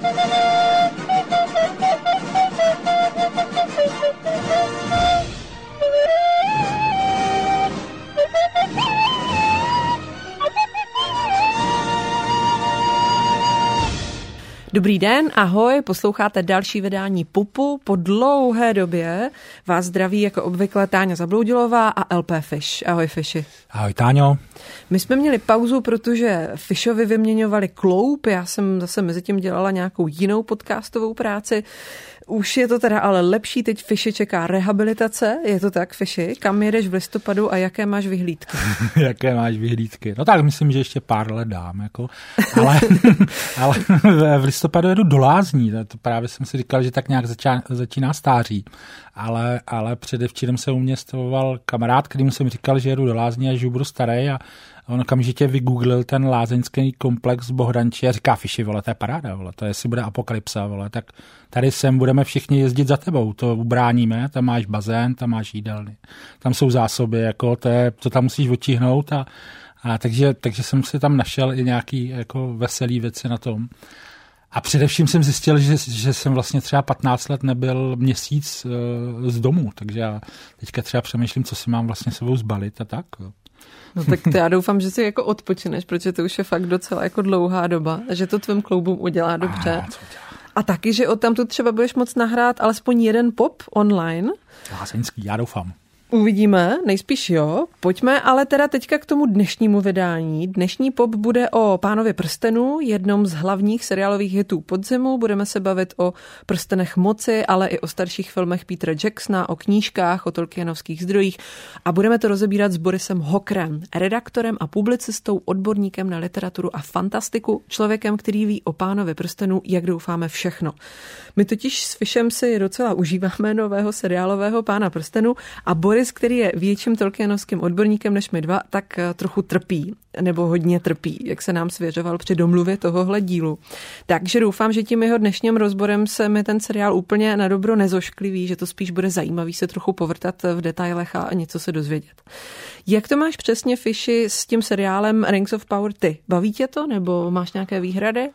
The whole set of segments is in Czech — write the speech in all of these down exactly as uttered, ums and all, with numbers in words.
Dobrý den, ahoj, posloucháte další vydání Pupu. Po dlouhé době vás zdraví jako obvykle Táňa Zabloudilová a L P Fish. Ahoj Fishi. Ahoj Táňo. My jsme měli pauzu, protože Fishovi vyměňovali kloub, já jsem zase mezi tím dělala nějakou jinou podcastovou práci. Už je to teda ale lepší, teď Fishi čeká rehabilitace, je to tak Fishi? Kam jedeš v listopadu a jaké máš vyhlídky? Jaké máš vyhlídky? No tak myslím, že ještě pár let dám, jako. ale, ale v listopadu jedu do Lázní, to právě jsem si říkal, že tak nějak začíná, začíná stáří, ale, ale předevčírem se u mě stavoval kamarád, kterýmu jsem říkal, že jedu do Lázní a že budu starý a on okamžitě vygooglil ten lázeňský komplex Bohdanči a říká, Fishi, vole, to je paráda, vole, to jestli bude apokalypsa, vole, tak tady sem budeme všichni jezdit za tebou, to ubráníme, tam máš bazén, tam máš jídelny, tam jsou zásoby, jako to, je, to tam musíš očíhnout a, a takže, takže jsem si tam našel i nějaký jako veselý věci na tom. A především jsem zjistil, že, že jsem vlastně třeba patnáct let nebyl měsíc uh, z domu, takže já teďka třeba přemýšlím, co si mám vlastně sebou zbalit a tak. No tak to já doufám, že si jako odpočineš, protože to už je fakt docela jako dlouhá doba a že to tvým kloubům udělá dobře. A, a taky, že odtamtud třeba budeš moc nahrát alespoň jeden pop online. Lázeňský, já doufám. Uvidíme, nejspíš jo. Pojďme ale teda teďka k tomu dnešnímu vydání. Dnešní pop bude o Pánovi prstenů, jednom z hlavních seriálových hitů podzimu. Budeme se bavit o Prstenech moci, ale i o starších filmech Petera Jacksona, o knížkách, o Tolkienovských zdrojích. A budeme to rozebírat s Borisem Hokrem, redaktorem a publicistou, odborníkem na literaturu a fantastiku, člověkem, který ví o Pánovi prstenů, jak doufáme, všechno. My totiž s Fishem si docela užíváme nového seriálového Pána prstenů a Boris, který je větším tolkienovským odborníkem než my dva, tak trochu trpí, nebo hodně trpí, jak se nám svěřoval při domluvě tohohle dílu. Takže doufám, že tím jeho dnešním rozborem se mi ten seriál úplně na dobro nezoškliví, že to spíš bude zajímavý se trochu povrtat v detailech a něco se dozvědět. Jak to máš přesně, Fishi, s tím seriálem Rings of Power ty? Baví tě to, nebo máš nějaké výhrady?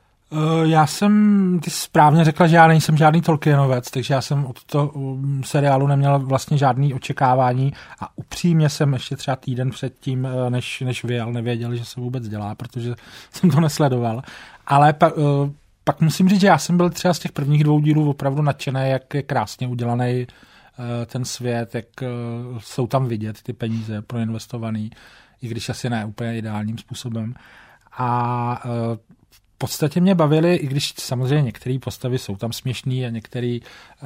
Já jsem, ty správně řekla, že já nejsem žádný Tolkienovec, takže já jsem od toho seriálu neměl vlastně žádný očekávání a upřímně jsem ještě třeba týden předtím, než, než vyjel, nevěděl, že se vůbec dělá, protože jsem to nesledoval. Ale pa, pak musím říct, že já jsem byl třeba z těch prvních dvou dílů opravdu nadšený, jak je krásně udělaný ten svět, jak jsou tam vidět ty peníze proinvestovaný, i když asi ne úplně ideálním způsobem. A v podstatě mě bavily, i když samozřejmě některé postavy jsou tam směšný a některé uh,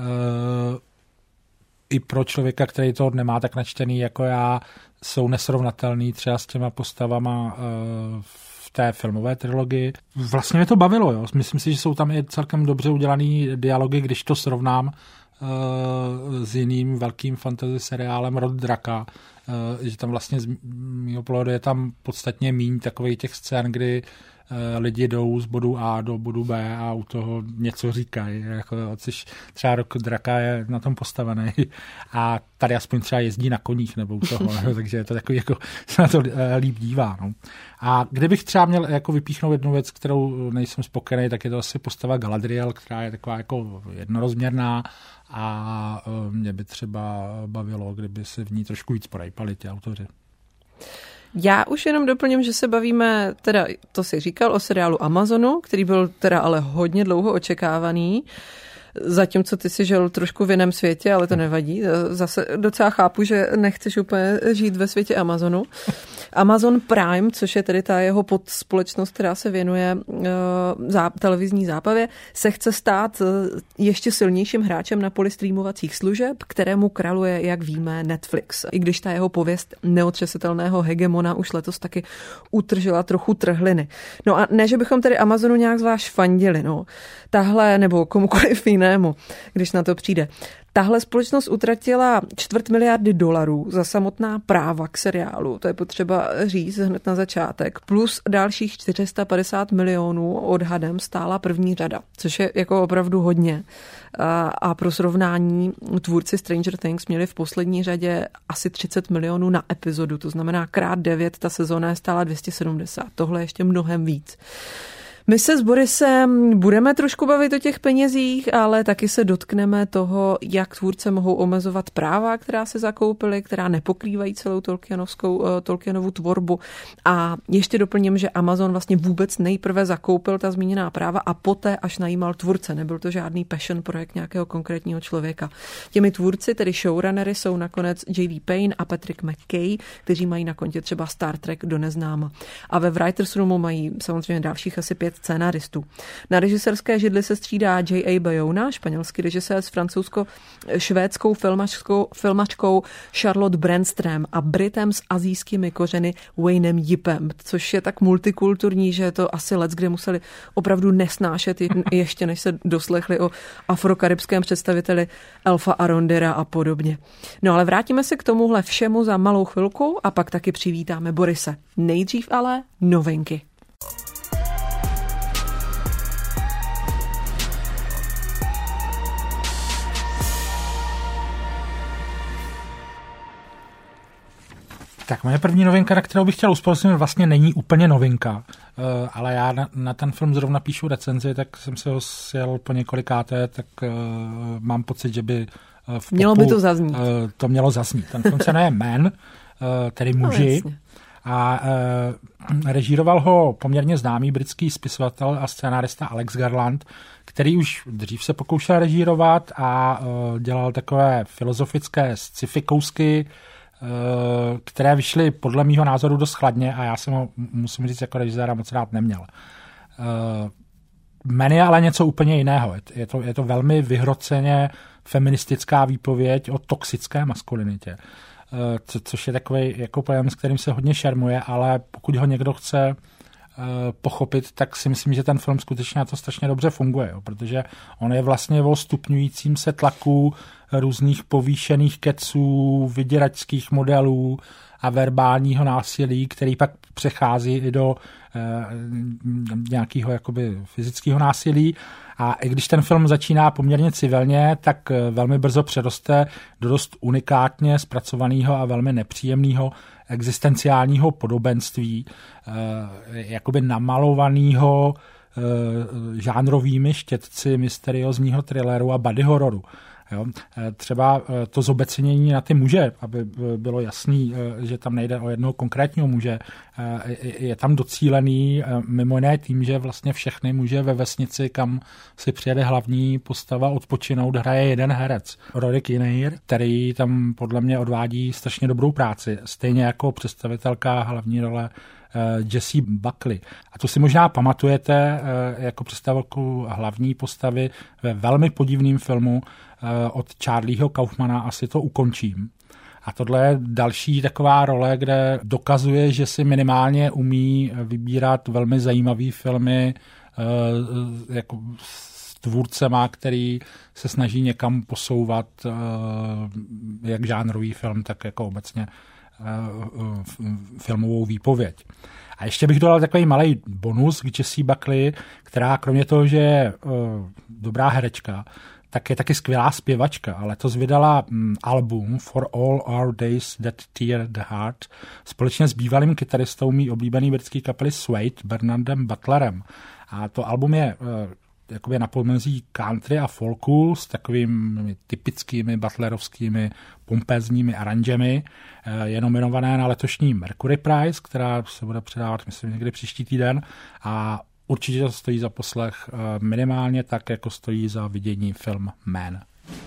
i pro člověka, který to nemá tak načtený jako já, jsou nesrovnatelný třeba s těma postavama uh, v té filmové trilogii. Vlastně mě to bavilo, jo. Myslím si, že jsou tam i celkem dobře udělaný dialogy, když to srovnám uh, s jiným velkým fantasy seriálem Rod draka, uh, že tam vlastně z mého pohledu je tam podstatně míň takových těch scén, kdy lidi jdou z bodu A do bodu B a u toho něco říkají. Jako, což třeba Rok draka je na tom postavený. A tady aspoň třeba jezdí na koních nebo u toho. Takže je to takový, jako se na to líp dívá. No. A kdybych třeba měl jako vypíchnout jednu věc, kterou nejsem spokojený, tak je to asi postava Galadriel, která je taková jako jednorozměrná a mě by třeba bavilo, kdyby se v ní trošku víc porejpali ti autoři. Já už jenom doplním, že se bavíme, teda to si říkal o seriálu Amazonu, který byl teda ale hodně dlouho očekávaný, zatímco ty si žil trošku v jiném světě, ale to nevadí. Zase docela chápu, že nechceš úplně žít ve světě Amazonu. Amazon Prime, což je tedy ta jeho podspolečnost, která se věnuje uh, zá, televizní zábavě, se chce stát uh, ještě silnějším hráčem na poli streamovacích služeb, kterému králuje, jak víme, Netflix. I když ta jeho pověst neotřesitelného hegemona už letos taky utržila trochu trhliny. No a ne, že bychom tedy Amazonu nějak zvlášť fandili, no. Tahle, nebo komukoliv jinému, když na to přijde. Tahle společnost utratila čtvrt miliardy dolarů za samotná práva k seriálu, to je potřeba říct hned na začátek, plus dalších čtyři sta padesát milionů odhadem stála první řada, což je jako opravdu hodně. A, a pro srovnání tvůrci Stranger Things měli v poslední řadě asi třicet milionů na epizodu, to znamená krát devět, ta sezóna je stála dvě stě sedmdesát, tohle ještě mnohem víc. My se s Borisem budeme trošku bavit o těch penězích, ale taky se dotkneme toho, jak tvůrce mohou omezovat práva, která se zakoupily, která nepokrývají celou Tolkienovskou, Tolkienovu tvorbu. A ještě doplním, že Amazon vlastně vůbec nejprve zakoupil ta zmíněná práva a poté až najímal tvůrce. Nebyl to žádný passion projekt nějakého konkrétního člověka. Těmi tvůrci, tedy showrunnery, jsou nakonec J D Payne a Patrick McKay, kteří mají na kontě třeba Star Trek do neznáma. A ve Writers Roomu mají samozřejmě dalších asi pět scénaristů. Na režisérské židli se střídá J A Bayona, španělský režisér s francouzsko-švédskou filmačkou, filmačkou Charlotte Brandström a Britem s asijskými kořeny Waynem Yipem, což je tak multikulturní, že to asi let, kde museli opravdu nesnášet ještě, než se doslechli o afrokaribském představiteli Elfa Arondira a podobně. No ale vrátíme se k tomuhle všemu za malou chvilku a pak taky přivítáme Borise. Nejdřív ale novinky. Tak moje první novinka, na kterou bych chtěl upozornit, vlastně není úplně novinka, uh, ale já na, na ten film zrovna píšu recenzi, tak jsem si ho sjel po několikáté, tak uh, mám pocit, že by uh, v popu, mělo by to zaznít. Uh, to mělo zaznít. Ten film se jmenuje Men, uh, tedy muži. No, a uh, režíroval ho poměrně známý britský spisovatel a scénárista Alex Garland, který už dřív se pokoušel režírovat a uh, dělal takové filozofické sci-fi kousky, které vyšly podle mýho názoru dost chladně a já jsem ho, musím říct, jako režiséra moc rád neměl. Men je ale něco úplně jiného. Je to, je to velmi vyhroceně feministická výpověď o toxické maskulinitě, co, což je takový jako pojem, s kterým se hodně šermuje, ale pokud ho někdo chce pochopit, tak si myslím, že ten film skutečně na to strašně dobře funguje, jo, protože on je vlastně o stupňujícím se tlaku různých povýšených keců, vyděračských modelů a verbálního násilí, který pak přechází i do eh, nějakého jakoby fyzického násilí. A i když ten film začíná poměrně civilně, tak velmi brzo přeroste do dost unikátně zpracovaného a velmi nepříjemného existenciálního podobenství, eh, jakoby namalovaného eh, žánrovými štětci mysteriózního thrilleru a body hororu. Jo? Třeba to zobecnění na ty muže, aby bylo jasný, že tam nejde o jednoho konkrétního muže, je tam docílený mimo jiné tím, že vlastně všechny muže ve vesnici, kam si přijede hlavní postava odpočinout, hraje jeden herec. Rory Kinnear, který tam podle mě odvádí strašně dobrou práci, stejně jako představitelka hlavní role Jessie Buckley. A to si možná pamatujete jako představitelku hlavní postavy ve velmi podivném filmu od Charlieho Kaufmana Asi to ukončím. A tohle je další taková role, kde dokazuje, že si minimálně umí vybírat velmi zajímavý filmy jako s tvůrcema, který se snaží někam posouvat jak žánrový film, tak jako obecně filmovou výpověď. A ještě bych dodal takový malý bonus k Jessie Buckley, která kromě toho, že je dobrá herečka, tak je taky skvělá zpěvačka, ale letos vydala mm, album For All Our Days That Tear the Heart společně s bývalým kytaristou mý oblíbený britský kapely Suede, Bernardem Butlerem. A to album je uh, jakoby na pomezí country a folku s takovými typickými butlerovskými pompézními aranžemi. Uh, je nominované na letošní Mercury Prize, která se bude předávat, myslím, někdy příští týden. A určitě to stojí za poslech minimálně tak, jako stojí za vidění film Man.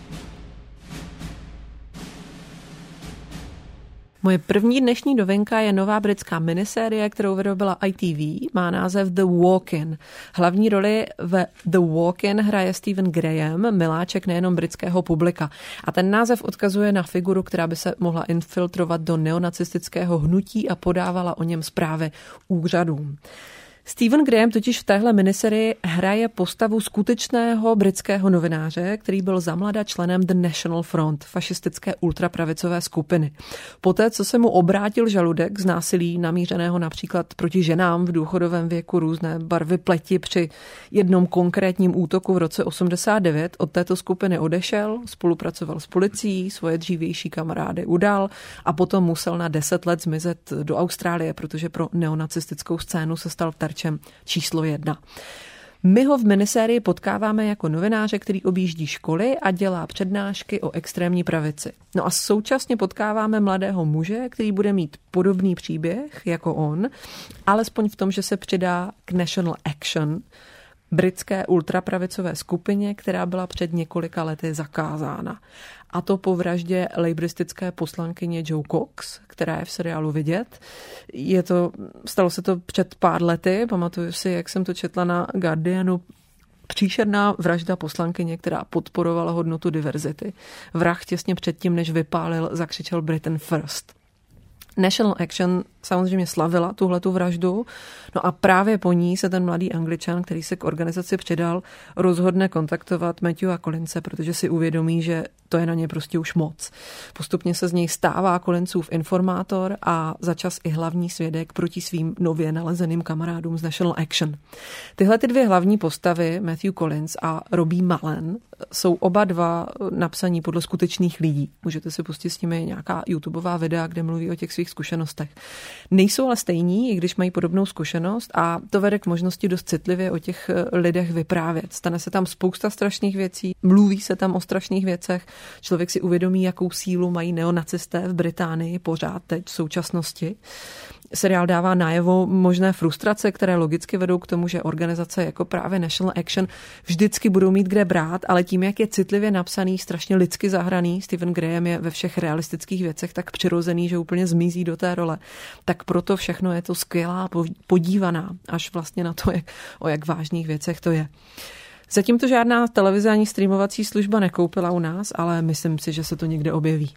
Moje první dnešní novinka je nová britská minisérie, kterou vyrobila I T V. Má název The Walk-in. Hlavní roli ve The Walk-in hraje Stephen Graham, miláček nejenom britského publika. A ten název odkazuje na figuru, která by se mohla infiltrovat do neonacistického hnutí a podávala o něm zprávy úřadům. Stephen Graham totiž v téhle miniserii hraje postavu skutečného britského novináře, který byl zamlada členem The National Front, fašistické ultrapravicové skupiny. Poté, co se mu obrátil žaludek z násilí namířeného například proti ženám v důchodovém věku různé barvy pleti při jednom konkrétním útoku v roce osmdesát devět, od této skupiny odešel, spolupracoval s policií, svoje dřívější kamarády udal a potom musel na deset let zmizet do Austrálie, protože pro neonacistickou scénu se stal v terči hráčem číslo jedna. My ho v minisérii potkáváme jako novináře, který objíždí školy a dělá přednášky o extrémní pravici. No a současně potkáváme mladého muže, který bude mít podobný příběh jako on, alespoň v tom, že se přidá k National Action, britské ultrapravicové skupině, která byla před několika lety zakázána. A to po vraždě laboristické poslankyně Jo Cox, která je v seriálu vidět. Je to, stalo se to před pár lety, pamatuju si, jak jsem to četla na Guardianu, příšerná vražda poslankyně, která podporovala hodnotu diverzity. Vrah těsně předtím, než vypálil, zakřičel Britain First. National Action samozřejmě slavila tuhletu vraždu, no a právě po ní se ten mladý Angličan, který se k organizaci přidal, rozhodne kontaktovat Matthewa Collinse, protože si uvědomí, že to je na ně prostě už moc. Postupně se z něj stává Collinsův informátor a začas i hlavní svědek proti svým nově nalezeným kamarádům z National Action. Tyhle ty dvě hlavní postavy, Matthew Collins a Robbie Mullen, jsou oba dva napsaní podle skutečných lidí. Můžete si pustit s nimi nějaká YouTubeová videa, kde mluví o těch svých zkušenostech. Nejsou ale stejní, i když mají podobnou zkušenost, a to vede k možnosti dost citlivě o těch lidech vyprávět. Stane se tam spousta strašných věcí, mluví se tam o strašných věcech, člověk si uvědomí, jakou sílu mají neonacisté v Británii pořád teď v současnosti. Seriál dává najevo možné frustrace, které logicky vedou k tomu, že organizace jako právě National Action vždycky budou mít kde brát, ale tím, jak je citlivě napsaný, strašně lidsky zahraný, Stephen Graham je ve všech realistických věcech tak přirozený, že úplně zmizí do té role, tak proto všechno je to skvělá, podívaná až vlastně na to, jak, o jak vážných věcech to je. Zatím to žádná televize ani streamovací služba nekoupila u nás, ale myslím si, že se to někde objeví.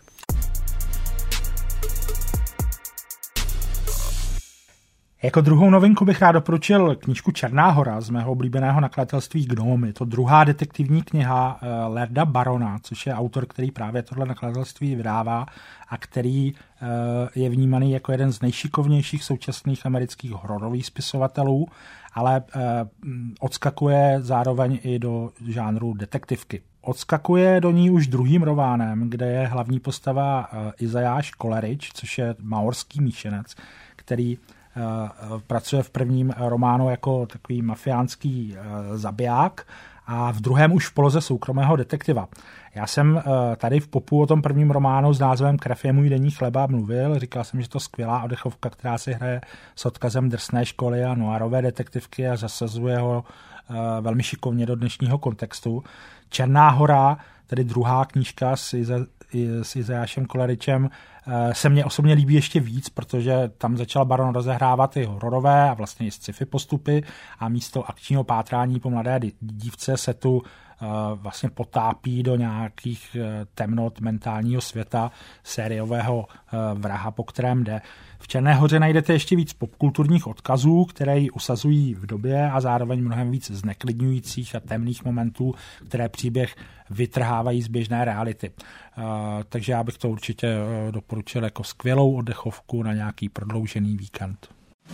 Jako druhou novinku bych rád doporučil knížku Černá hora z mého oblíbeného nakladatelství Gnome. Je to druhá detektivní kniha Lerda Barona, což je autor, který právě tohle nakladatelství vydává a který je vnímaný jako jeden z nejšikovnějších současných amerických hororových spisovatelů, ale odskakuje zároveň i do žánru detektivky. Odskakuje do ní už druhým románem, kde je hlavní postava Izajáš Coleridge, což je maorský míšenec, který pracuje v prvním románu jako takový mafiánský zabiják a v druhém už v poloze soukromého detektiva. Já jsem tady v popu o tom prvním románu s názvem Krev je můj denní chleba mluvil. Říkal jsem, že to skvělá oddechovka, která si hraje s odkazem drsné školy a noirové detektivky a zasazuje ho velmi šikovně do dnešního kontextu. Černá hora, tedy druhá knížka s, Iza, s Izajášem Coleridgem, se mně osobně líbí ještě víc, protože tam začal Baron rozehrávat i hororové a vlastně i sci-fi postupy a místo akčního pátrání po mladé dívce se tu vlastně potápí do nějakých temnot mentálního světa sériového vraha, po kterém jde. V Černé hoře najdete ještě víc popkulturních odkazů, které ji usazují v době a zároveň mnohem víc zneklidňujících a temných momentů, které příběh vytrhávají z běžné reality. Takže já bych to určitě doporučil jako skvělou oddechovku na nějaký prodloužený víkend.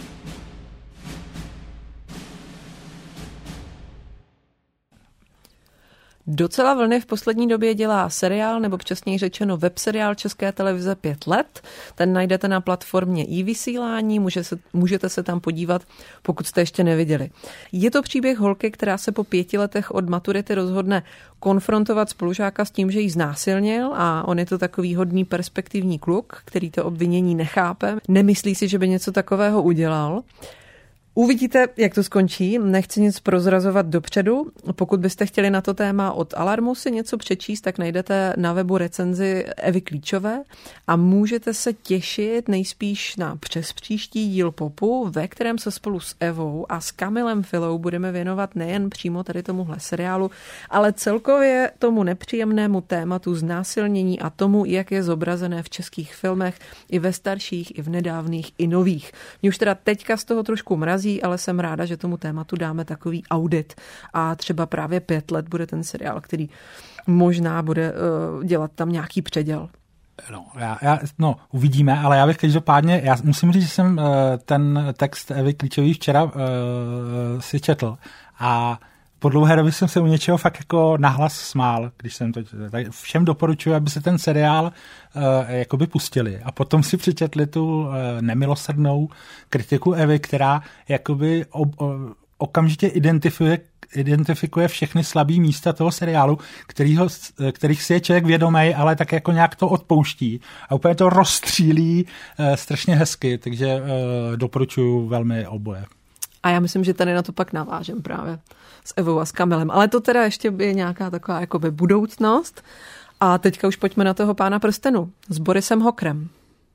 Docela vlny v poslední době dělá seriál, nebo přesněji řečeno webseriál České televize Pět let. Ten najdete na platformě iVysílání, může se, můžete se tam podívat, pokud jste ještě neviděli. Je to příběh holky, která se po pěti letech od maturity rozhodne konfrontovat spolužáka s tím, že ji znásilnil, a on je to takový hodný perspektivní kluk, který to obvinění nechápe, nemyslí si, že by něco takového udělal. Uvidíte, jak to skončí, nechci nic prozrazovat dopředu. Pokud byste chtěli na to téma od Alarmu si něco přečíst, tak najdete na webu recenzi Evy Klíčové a můžete se těšit nejspíš na přespříští díl Popu, ve kterém se spolu s Evou a s Kamilem Filou budeme věnovat nejen přímo tady tomuhle seriálu, ale celkově tomu nepříjemnému tématu znásilnění a tomu, jak je zobrazené v českých filmech, i ve starších, i v nedávných, i nových. Mě už teda teďka z toho trošku mrazí, ale jsem ráda, že tomu tématu dáme takový audit a třeba právě Pět let bude ten seriál, který možná bude uh, dělat tam nějaký předěl. No, já, já, no, uvidíme, ale já bych každopádně, já musím říct, že jsem uh, ten text Evy Klíčový včera uh, si četl a po dlouhé době jsem se u něčeho fakt jako nahlas smál, když jsem to... Tak všem doporučuji, aby se ten seriál uh, jakoby pustili a potom si přečetli tu uh, nemilosrdnou kritiku Evy, která jakoby ob, uh, okamžitě identifikuje, identifikuje všechny slabý místa toho seriálu, kterýho, kterých si je člověk vědomý, ale tak jako nějak to odpouští a úplně to rozstřílí uh, strašně hezky, takže uh, doporučuji velmi oboje. A já myslím, že tady na to pak navážem právě s Evou a s Kamilem. Ale to teda ještě je nějaká taková jakoby budoucnost. A teďka už pojďme na toho Pána prstenů s Borisem Hokrem.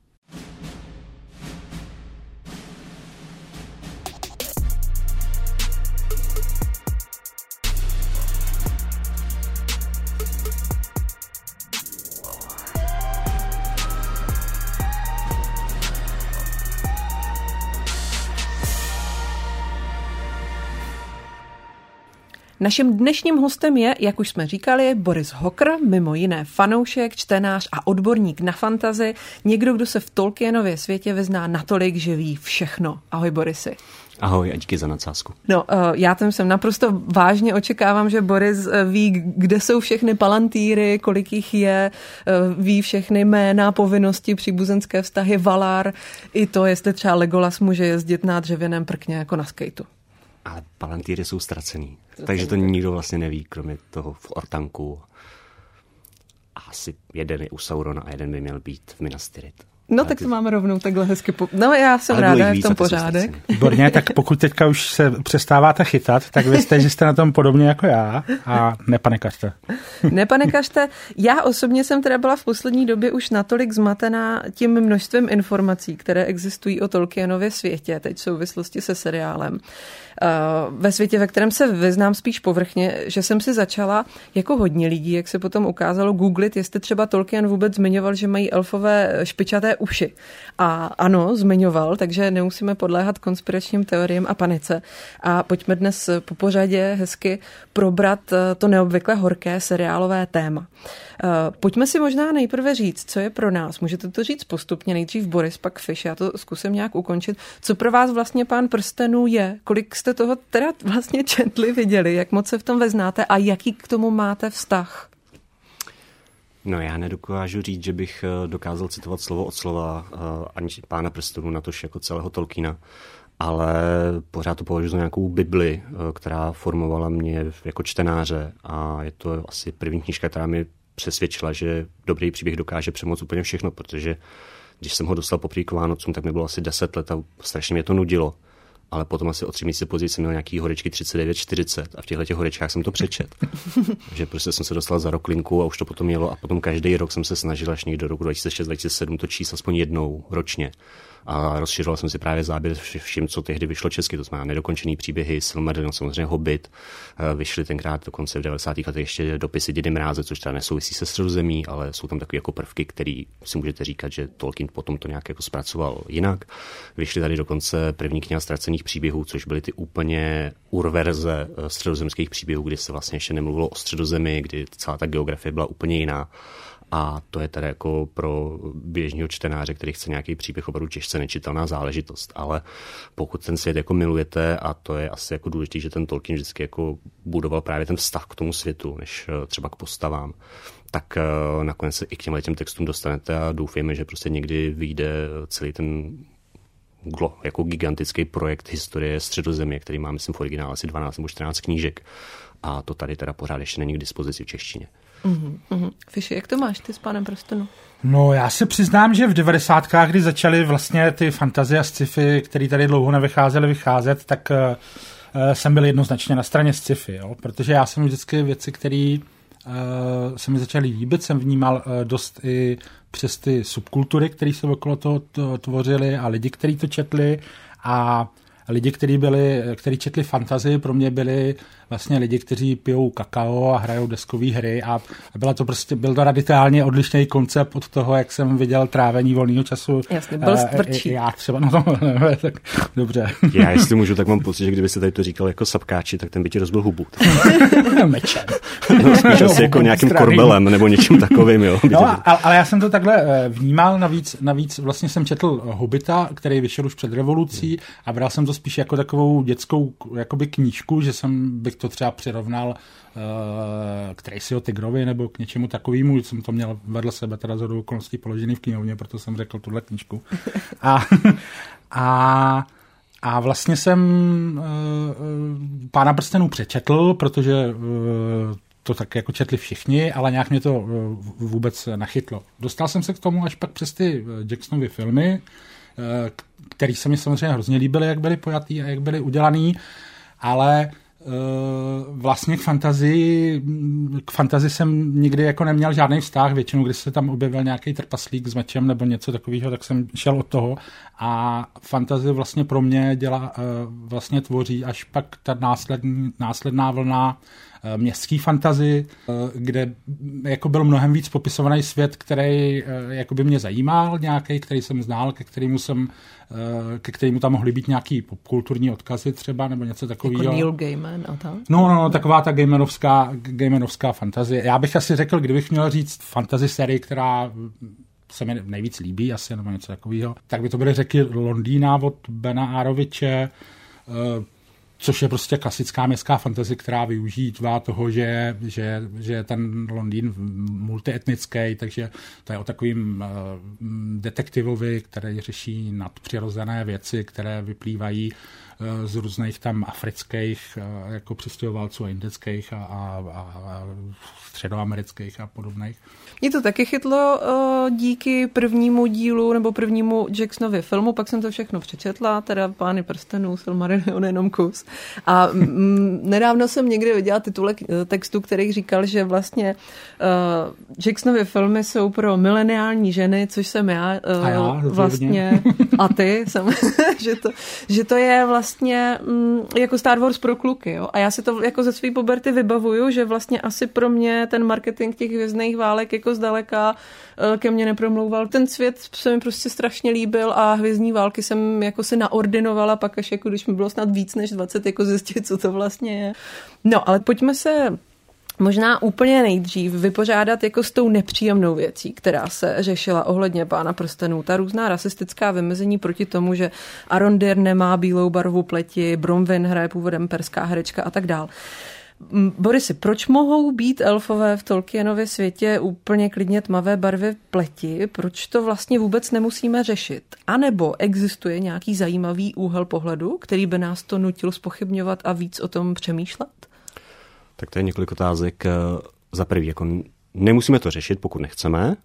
Naším dnešním hostem je, jak už jsme říkali, Boris Hokr, mimo jiné fanoušek, čtenář a odborník na fantasy, někdo, kdo se v Tolkienově světě vyzná natolik, že ví všechno. Ahoj, Borisi. Ahoj a díky za nadsázku. No, já tam jsem naprosto vážně očekávám, že Boris ví, kde jsou všechny palantýry, kolik jich je, ví všechny jména, povinnosti, příbuzenské vztahy, Valar, i to, jestli třeba Legolas může jezdit na dřevěném prkně jako na skateu. Ale palantýry jsou ztracený, takže to nikdo vlastně neví, kromě toho v Ortanku. Asi jeden je u Saurona a jeden by měl být v Minas Tirith. No ale tak ty... to máme rovnou takhle hezky. Po... No já jsem ale ráda, je v tom pořádek. Výborně, tak pokud teďka už se přestáváte chytat, tak vy jste, že jste na tom podobně jako já a nepanikařte. Nepanikařte. Já osobně jsem teda byla v poslední době už natolik zmatená tím množstvím informací, které existují o Tolkienově světě, teď v souvislosti se seriálem. Ve světě, ve kterém se vyznám spíš povrchně, že jsem si začala, jako hodně lidí, jak se potom ukázalo, googlit, jestli třeba Tolkien vůbec zmiňoval, že mají elfové špičaté uši. A ano, zmiňoval, takže nemusíme podléhat konspiračním teoriím a panice. A pojďme dnes po pořadě hezky probrat to neobvykle horké seriálové téma. Pojďme si možná nejprve říct, co je pro nás. Můžete to říct postupně, nejdřív Boris, pak Fish, já to zkusím nějak ukončit. Co pro vás vlastně Pán prstenů je? Kolik jste toho teda vlastně četli, viděli? Jak moc se v tom veznáte a jaký k tomu máte vztah? No já nedokážu říct, že bych dokázal citovat slovo od slova ani Pána prstenů, natož jako celého Tolkiena, ale pořád to považuji za nějakou bibli, která formovala mě jako čtenáře a je to asi první knížka, která mi přesvědčila, že dobrý příběh dokáže přemoct úplně všechno, protože když jsem ho dostal poprvé k Vánocům, tak mi bylo asi deset let a strašně mě to nudilo. Ale potom asi o tři měsíce později jsem měl nějaký horečky třicet devět čtyřicet a v těchto těch horečkách jsem to přečet. že prostě jsem se dostal za roklinku a už to potom jelo a potom každý rok jsem se snažil až někdy do roku dva tisíce šest dva tisíce sedm to číst aspoň jednou ročně. A rozšiřoval jsem si právě záběr vším, co tehdy vyšlo česky, to znamená nedokončený příběhy, Silmarillion, samozřejmě Hobbit, vyšly tenkrát dokonce v devadesátých letech ještě dopisy Dědy Mráze, což třeba nesouvisí se Středozemí, ale jsou tam takové jako prvky, který si můžete říkat, že Tolkien potom to nějak jako zpracoval jinak. Vyšly tady dokonce první kniha ztracených příběhů, což byly ty úplně urverze středozemských příběhů, kdy se vlastně ještě nemluvilo o Středozemi, kdy celá ta geografie byla úplně jiná. A to je tedy jako pro běžného čtenáře, který chce nějaký příběh, opravdu těžce nečitelná záležitost. Ale pokud ten svět jako milujete, a to je asi jako důležité, že ten Tolkien vždycky jako budoval právě ten vztah k tomu světu, než třeba k postavám, tak nakonec se i k těmhle těm textům dostanete a doufejme, že prostě někdy vyjde celý ten glo, jako gigantický projekt historie Středozemě, který má, myslím, v originále asi dvanáct nebo čtrnáct knížek. A to tady teda pořád ještě není k dispozici v češtině. Uhum, uhum. Fiši, jak to máš ty s Pánem prstenů? No já se přiznám, že v devadesátkách, kdy začaly vlastně ty fantazie a sci-fi, které tady dlouho nevycházely vycházet, tak uh, jsem byl jednoznačně na straně sci-fi, jo? Protože já jsem vždycky věci, které uh, se mi začaly líbit, jsem vnímal uh, dost i přes ty subkultury, které se okolo toho to, tvořily a lidi, kteří to četli a lidi, kteří byli, kteří četli fantazii, pro mě byli vlastně lidi, kteří pijou kakao a hrajou deskové hry a byla to prostě, byl to radikálně odlišný koncept od toho, jak jsem viděl trávení volného času. Jasně, byl stvrdší. Já třeba, no to ne, tak dobře. Já jestli můžu, tak mám pocit, že kdyby se tady to říkal jako sapkáči, tak ten by ti rozbil hubu. Mečem. No spíš asi jako nějakým korbelem nebo něčím takovým, jo. No, ale, ale já jsem to takhle vnímal, navíc, navíc vlastně jsem četl Hobbita, který vyšel už před revolucí a bral jsem to to spíš jako takovou dětskou jakoby knížku, že jsem bych to třeba přirovnal uh, k Tracyho Tigrovi nebo k něčemu takovému, jsem to měl vedle sebe teda zhodou okolností položený v knihovně, proto jsem řekl tuhle knížku. A, a, a vlastně jsem uh, Pána prstenů přečetl, protože uh, to tak jako četli všichni, ale nějak mě to vůbec nachytlo. Dostal jsem se k tomu až pak přes ty Jacksonovy filmy, který se mi samozřejmě hrozně líbily, jak byly pojatý a jak byly udělaný, ale vlastně k fantazii, k fantazii jsem nikdy jako neměl žádný vztah, většinou, když se tam objevil nějaký trpaslík s mečem nebo něco takového, tak jsem šel od toho a fantazii vlastně pro mě dělá, vlastně tvoří až pak ta následní, následná vlna městský fantasy, kde jako byl mnohem víc popisovaný svět, který jako by mě zajímal, nějaký, který jsem znal, ke kterému jsem, ke kterému tam mohly být nějaký popkulturní odkazy třeba, nebo něco takového. Jako Neil Gaiman a tak? No, no, no, taková ta Gaimanovská, Gaimanovská fantazie. Já bych asi řekl, kdybych měl říct fantasy sérii, která se mi nejvíc líbí, asi, nebo něco takového, tak by to byly Řeky Londýna od Bena Aroviče, což je prostě klasická městská fantasy, která využívá toho, že, že, že je ten Londýn multietnický, takže to je o takovým uh, detektivovi, který řeší nadpřirozené věci, které vyplývají uh, z různých tam afrických uh, jako přistěhovalců a indických a, a, a středoamerických a podobných. Mě to taky chytlo uh, díky prvnímu dílu nebo prvnímu Jacksonově filmu, pak jsem to všechno přečetla, teda Pány prstenů, Silmarillion jenom kus. A m, nedávno jsem někde viděla titulek textu, který říkal, že vlastně uh, Jacksonovy filmy jsou pro mileniální ženy, což jsem já, uh, a já vlastně a ty, jsem, že, to, že to je vlastně um, jako Star Wars pro kluky. Jo? A já si to jako ze své puberty vybavuju, že vlastně asi pro mě ten marketing těch hvězdných válek jako zdaleka uh, ke mně nepromlouval. Ten svět se mi prostě strašně líbil a hvězdní války jsem jako si naordinovala pak až jako když mi bylo snad víc než dvacet, jako zjistit, co to vlastně je. No, ale pojďme se možná úplně nejdřív vypořádat jako s tou nepříjemnou věcí, která se řešila ohledně Pána prstenů. Ta různá rasistická vymezení proti tomu, že Arondir nemá bílou barvu pleti, Bronwyn hraje původem perská herečka a tak dál. Borisy, proč mohou být elfové v Tolkienově světě úplně klidně tmavé barvy pleti? Proč to vlastně vůbec nemusíme řešit? A nebo existuje nějaký zajímavý úhel pohledu, který by nás to nutil zpochybňovat a víc o tom přemýšlet? Tak to je několik otázek. Za prvý, jako nemusíme to řešit, pokud nechceme.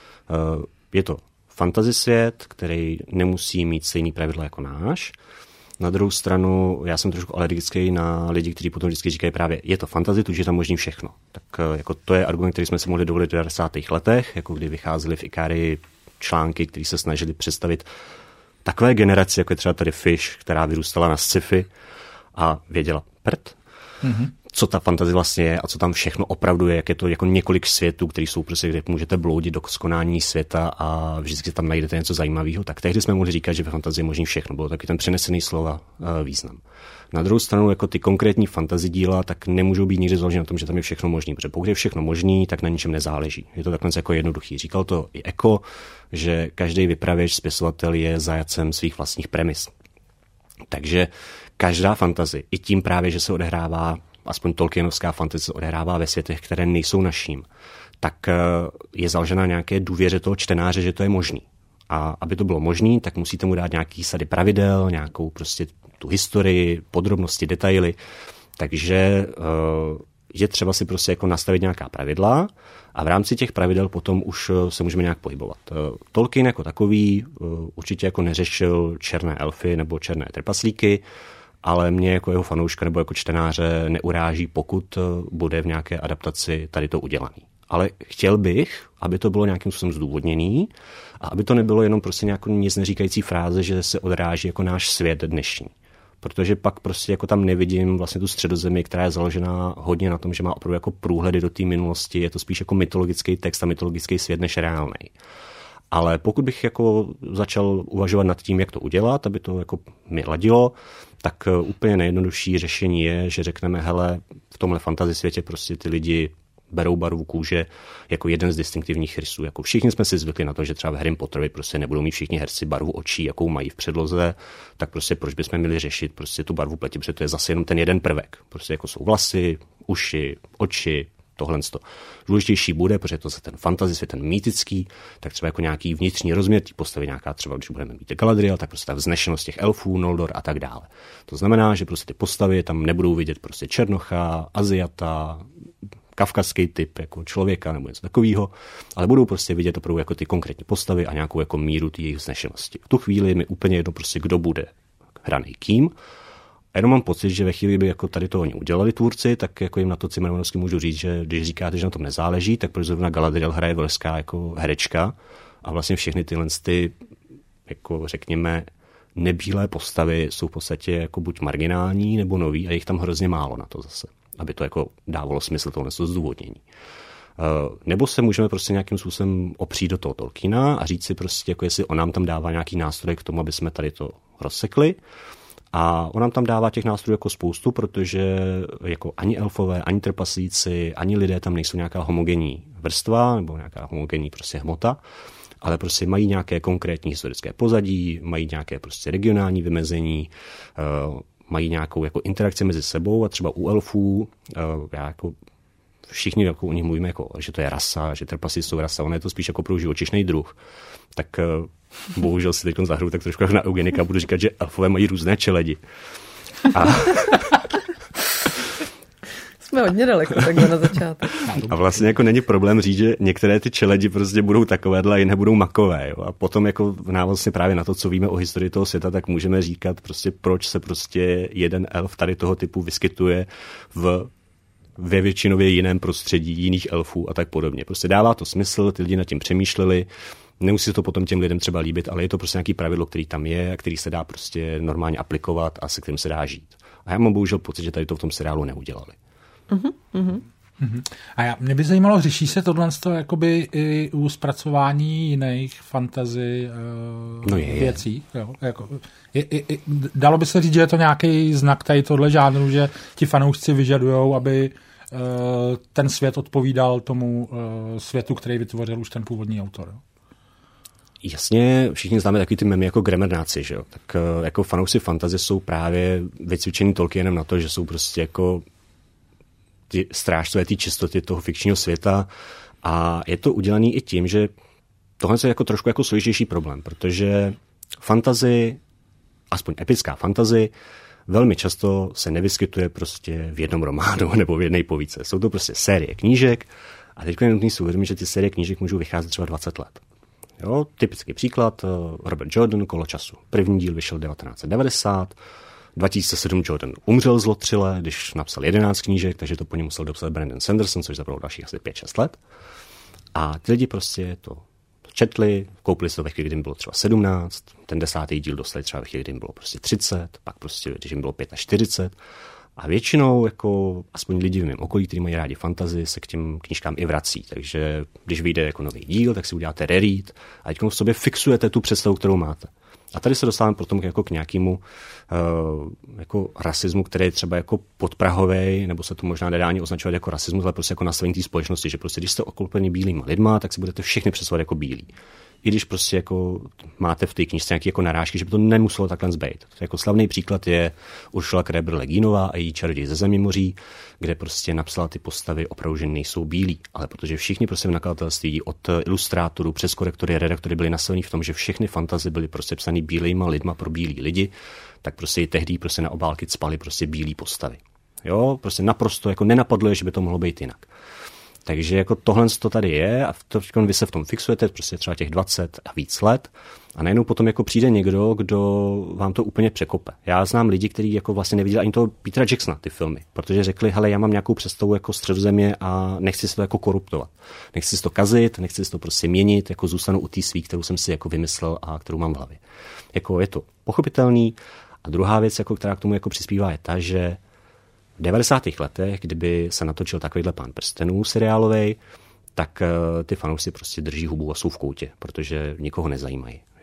Je to fantasy svět, který nemusí mít stejný pravidla jako náš. Na druhou stranu, já jsem trošku alergický na lidi, kteří potom vždycky říkají právě, je to fantasy, tudíž je tam možný všechno. Tak jako to je argument, který jsme si mohli dovolit v devadesátých letech, jako kdy vycházely v Ikari články, které se snažili představit takové generaci, jako je třeba tady Fish, která vyrůstala na sci-fi a věděla prd, mm-hmm. co ta fantasy vlastně je a co tam všechno opravdu je, jak je to jako několik světů, které jsou prostě, kde můžete bloudit do skonání světa a vždycky tam najdete něco zajímavého. Tak tehdy jsme mohli říkat, že ve fantazii je možný všechno. Bylo taky ten přenesený slova význam. Na druhou stranu, jako ty konkrétní fantasy díla, tak nemůžou být nikdy založeny na tom, že tam je všechno možný, protože pokud je všechno možný, tak na ničem nezáleží. Je to takhle jako jednoduchý. Říkal to i Eko, že každý vypravěč, spisovatel je zajatcem svých vlastních premis. Takže každá fantasy, i tím právě, že se odehrává aspoň Tolkienovská fantasy se odehrává ve světech, které nejsou naším, tak je založena nějaké důvěře toho čtenáře, že to je možný. A aby to bylo možný, tak musíte mu dát nějaký sady pravidel, nějakou prostě tu historii, podrobnosti, detaily. Takže je třeba si prostě jako nastavit nějaká pravidla a v rámci těch pravidel potom už se můžeme nějak pohybovat. Tolkien jako takový určitě jako neřešil černé elfy nebo černé trpaslíky, ale mě jako jeho fanouška nebo jako čtenáře neuráží, pokud bude v nějaké adaptaci tady to udělaný. Ale chtěl bych, aby to bylo nějakým způsobem zdůvodněný a aby to nebylo jenom prostě nějakou nic neříkající fráze, že se odráží jako náš svět dnešní. Protože pak prostě jako tam nevidím vlastně tu středozemi, která je založená hodně na tom, že má opravdu jako průhledy do té minulosti, je to spíš jako mytologický text a mytologický svět než reálnej. Ale pokud bych jako začal uvažovat nad tím, jak to udělat, aby to jako mi ladilo, tak úplně nejjednodušší řešení je, že řekneme, hele, v tomhle fantasy světě prostě ty lidi berou barvu kůže jako jeden z distinktivních rysů. Jako všichni jsme si zvykli na to, že třeba v Harry Potterovi prostě nebudou mít všichni herci barvu očí, jakou mají v předloze, tak prostě proč bychom měli řešit prostě tu barvu pleti, protože to je zase jenom ten jeden prvek. Prostě jako jsou vlasy, uši, oči, tohle. Důležitější bude, protože to je ten fantasy svět, ten mýtický, tak třeba jako nějaký vnitřní rozměr té postavy, nějaká třeba, když budeme mít Galadriel, tak prostě ta vznešenost těch elfů, Noldor a tak dále. To znamená, že prostě ty postavy tam nebudou vidět prostě černocha, Aziata, kavkazský typ jako člověka nebo něco takového, ale budou prostě vidět opravdu jako ty konkrétní postavy a nějakou jako míru té jejich vznešenosti. V tu chvíli mi úplně jedno prostě, kdo bude hraný kým. A jenom mám pocit, že ve chvíli, by jako tady to oni udělali tvůrci, tak jako jim na to Cimrmanovsky můžu říct, že když říkáte, že na tom nezáleží, tak proč zrovna Galadriel hraje velská jako herečka a vlastně všechny tyhle ty, jako řekněme, nebílé postavy jsou v podstatě jako buď marginální nebo nový a jich tam hrozně málo na to zase, aby to jako dávalo smysl tohle zdůvodnění. Nebo se můžeme prostě nějakým způsobem opřít do toho Tolkiena a říct si prostě, jako jestli on nám tam dává nějaký nástroj k tomu, aby jsme tady to rozsekli. A on nám tam dává těch nástrojů jako spoustu, protože jako ani elfové, ani trpaslíci, ani lidé tam nejsou nějaká homogenní vrstva nebo nějaká homogenní prostě hmota, ale prostě mají nějaké konkrétní historické pozadí, mají nějaké prostě regionální vymezení, uh, mají nějakou jako interakci mezi sebou a třeba u elfů, uh, já jako všichni jako u nich mluvíme, jako, že to je rasa, že trpaslíci jsou rasa, ono je to spíš jako pro živočišný druh. Tak uh, bohužel si teď zahru tak trošku na eugenika, budu říkat, že elfové mají různé čeledi. A jsme hodně daleko takhle na začátek. A vlastně jako není problém říct, že některé ty čeledi prostě budou takovéhle a jiné budou makové. Jo? A potom jako v návaznosti právě na to, co víme o historii toho světa, tak můžeme říkat prostě, proč se prostě jeden elf tady toho typu vyskytuje v ve většinově jiném prostředí jiných elfů a tak podobně. Prostě dává to smysl, ty lidi nad tím přemýšleli, nemusí to potom těm lidem třeba líbit, ale je to prostě nějaký pravidlo, který tam je a který se dá prostě normálně aplikovat a se kterým se dá žít. A já mám bohužel pocit, že tady to v tom seriálu neudělali. Uh-huh, uh-huh. Uh-huh. A já, mě by zajímalo, řeší se tohle jakoby i u zpracování jiných fantasy uh, no je, věcí? Je. Jo, jako, je, je, je, dalo by se říct, že je to nějaký znak tady tohle žánru, že ti fanoušci vyžadujou, aby uh, ten svět odpovídal tomu uh, světu, který vytvořil už ten původní autor. Jo? Jasně, všichni známe takový ty memy jako gramernáci, že jo? Tak uh, jako fanoušci fantasy jsou právě vycvičení Tolkienem na to, že jsou prostě jako ty strážcové té čistoty toho fikčního světa a je to udělané i tím, že tohle je jako trošku jako složitější problém, protože fantasy, aspoň epická fantasy, velmi často se nevyskytuje prostě v jednom románu nebo v jedné povídce. Jsou to prostě série knížek a teď je nutný si uvědomit, že ty série knížek můžou vycházet třeba dvacet let. Jo, typický příklad, Robert Jordan, Kolo času. První díl vyšel devatenáct set devadesát, dva tisíce sedm Jordan umřel zlotřile, když napsal jedenáct knížek, takže to po něm musel dopsat Brandon Sanderson, což zabralo dalších asi pět šest let. A ty lidi prostě to, to četli, koupili si to ve chvíli, kdy jim bylo třeba sedmnáct, ten desátý díl dostali třeba ve chvíli, kdy jim bylo prostě třicet, pak prostě, když jim bylo čtyřicet pět. A většinou, jako aspoň lidi v mém okolí, kteří mají rádi fantasy, se k těm knížkám i vrací. Takže když vyjde jako nový díl, tak si uděláte reread a teď v sobě fixujete tu představu, kterou máte. A tady se dostáváme potom jako k nějakému uh, jako rasismu, který je třeba jako podprahovej, nebo se to možná nedá ani označovat jako rasismus, ale prostě jako nastavení té společnosti, že prostě když jste okupeni bílýma lidma, tak si budete všechny představovat jako bílí. I když prostě jako máte v té knížce nějaké jako narážky, že by to nemuselo takhle zbejt. Jako slavný příklad je Ursula Kreber-Legínová a její Čaroděj ze Zeměmoří, kde prostě napsala ty postavy opravdu, že nejsou bílí, ale protože všichni prostě v nakladatelství od ilustrátorů přes korektory, redaktory byli nastavení v tom, že všechny fantasy byly prostě psaný bílejma lidma pro bílí lidi, tak prostě i tehdy prostě na obálky cpali prostě bílý postavy. Jo, prostě naprosto jako nenapadlo, že by to mohlo být jinak. Takže jako tohle to tady je a to, vy se v tom fixujete prostě třeba těch dvacet a víc let a najednou potom jako přijde někdo, kdo vám to úplně překope. Já znám lidi, kteří jako vlastně neviděli ani toho Petera Jacksona, ty filmy, protože řekli, hele, já mám nějakou představu jako Středozemě a nechci si to jako koruptovat. Nechci si to kazit, nechci si to prostě měnit, jako zůstanu u té svý, kterou jsem si jako vymyslel a kterou mám v hlavě. Jako je to pochopitelný. A druhá věc, jako, která k tomu jako přispívá, je ta, že v devadesátých letech, kdyby se natočil takovýhle Pán prstenů seriálovej, tak uh, ty fanoušci prostě drží hubu a jsou v koutě, protože nikoho nezajímají.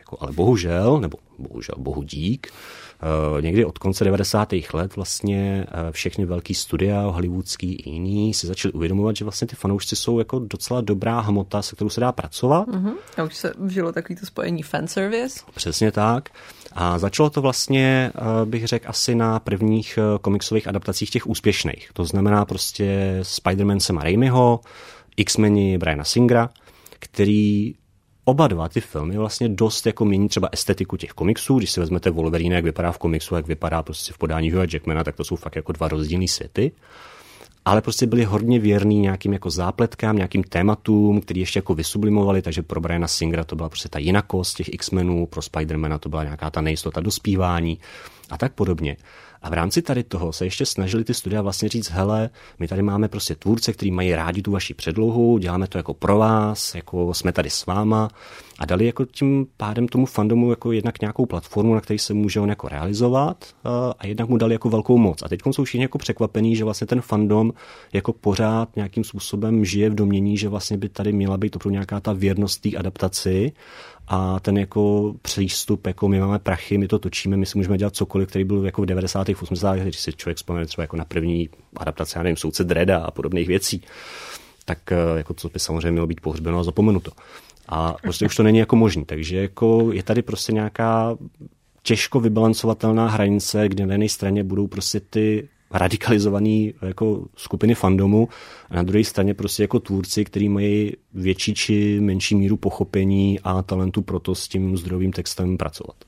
Jako, ale bohužel, nebo bohužel, bohu dík, někdy od konce devadesátých let vlastně všechny velký studia, hollywoodský i jiný, si začali uvědomovat, že vlastně ty fanoušci jsou jako docela dobrá hmota, se kterou se dá pracovat. Uh-huh. A už se vžilo takový to spojení fanservice. Přesně tak. A začalo to vlastně, bych řekl, asi na prvních komiksových adaptacích těch úspěšných. To znamená prostě Spider-Man Sama Raimiho, X-meni Briana Singera, který oba dva ty filmy vlastně dost jako mění třeba estetiku těch komiksů. Když si vezmete Wolverine, jak vypadá v komiksu, jak vypadá prostě v podání Hugha Jackmana, tak to jsou fakt jako dva rozdílný světy. Ale prostě byli hodně věrní nějakým jako zápletkám, nějakým tématům, který ještě jako vysublimovali, takže pro Briana Singera to byla prostě ta jinakost těch X-menů, pro Spidermana to byla nějaká ta nejistota dospívání a tak podobně. A v rámci tady toho se ještě snažili ty studia vlastně říct, hele, my tady máme prostě tvůrce, kteří mají rádi tu vaši předlohu, děláme to jako pro vás, jako jsme tady s váma a dali jako tím pádem tomu fandomu jako jednak nějakou platformu, na které se může on jako realizovat a jednak mu dali jako velkou moc. A teď jsou všichni jako překvapení, že vlastně ten fandom jako pořád nějakým způsobem žije v domění, že vlastně by tady měla být opravdu nějaká ta věrnost té adaptaci a ten jako přístup, jako my máme prachy, my to točíme, my si můžeme dělat cokoliv, který byl jako v devadesátých, osmdesátých, když si člověk vzpomene třeba jako na první adaptaci, já nevím, Soudce Dredda a podobných věcí, tak jako to by samozřejmě mělo být pohřbeno a zapomenuto. A prostě už to není jako možný, takže jako je tady prostě nějaká těžko vybalancovatelná hranice, kde na jedné straně budou prostě ty radikalizovaný jako skupiny fandomu a na druhé straně prostě jako tvůrci, kteří mají větší či menší míru pochopení a talentu pro to s tím zdrojovým textem pracovat.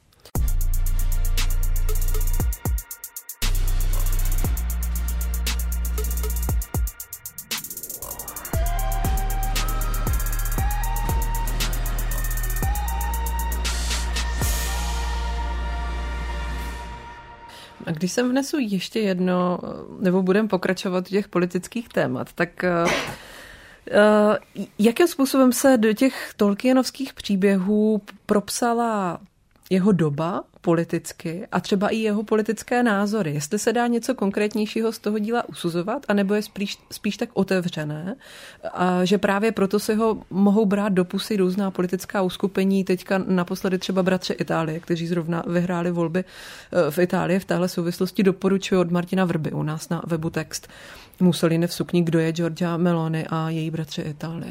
A když sem vnesu ještě jedno, nebo budeme pokračovat u těch politických témat, tak uh, uh, jakým způsobem se do těch Tolkienovských příběhů propsala jeho doba politicky a třeba i jeho politické názory? Jestli se dá něco konkrétnějšího z toho díla usuzovat, anebo je spíš, spíš tak otevřené, a že právě proto si ho mohou brát do pusy různá politická uskupení, teďka naposledy třeba bratři Itálie, kteří zrovna vyhráli volby v Itálii. V téhle souvislosti doporučuji od Martina Vrby u nás na webu text Mussolini v sukni, kdo je Giorgia Meloni a její bratři Itálie.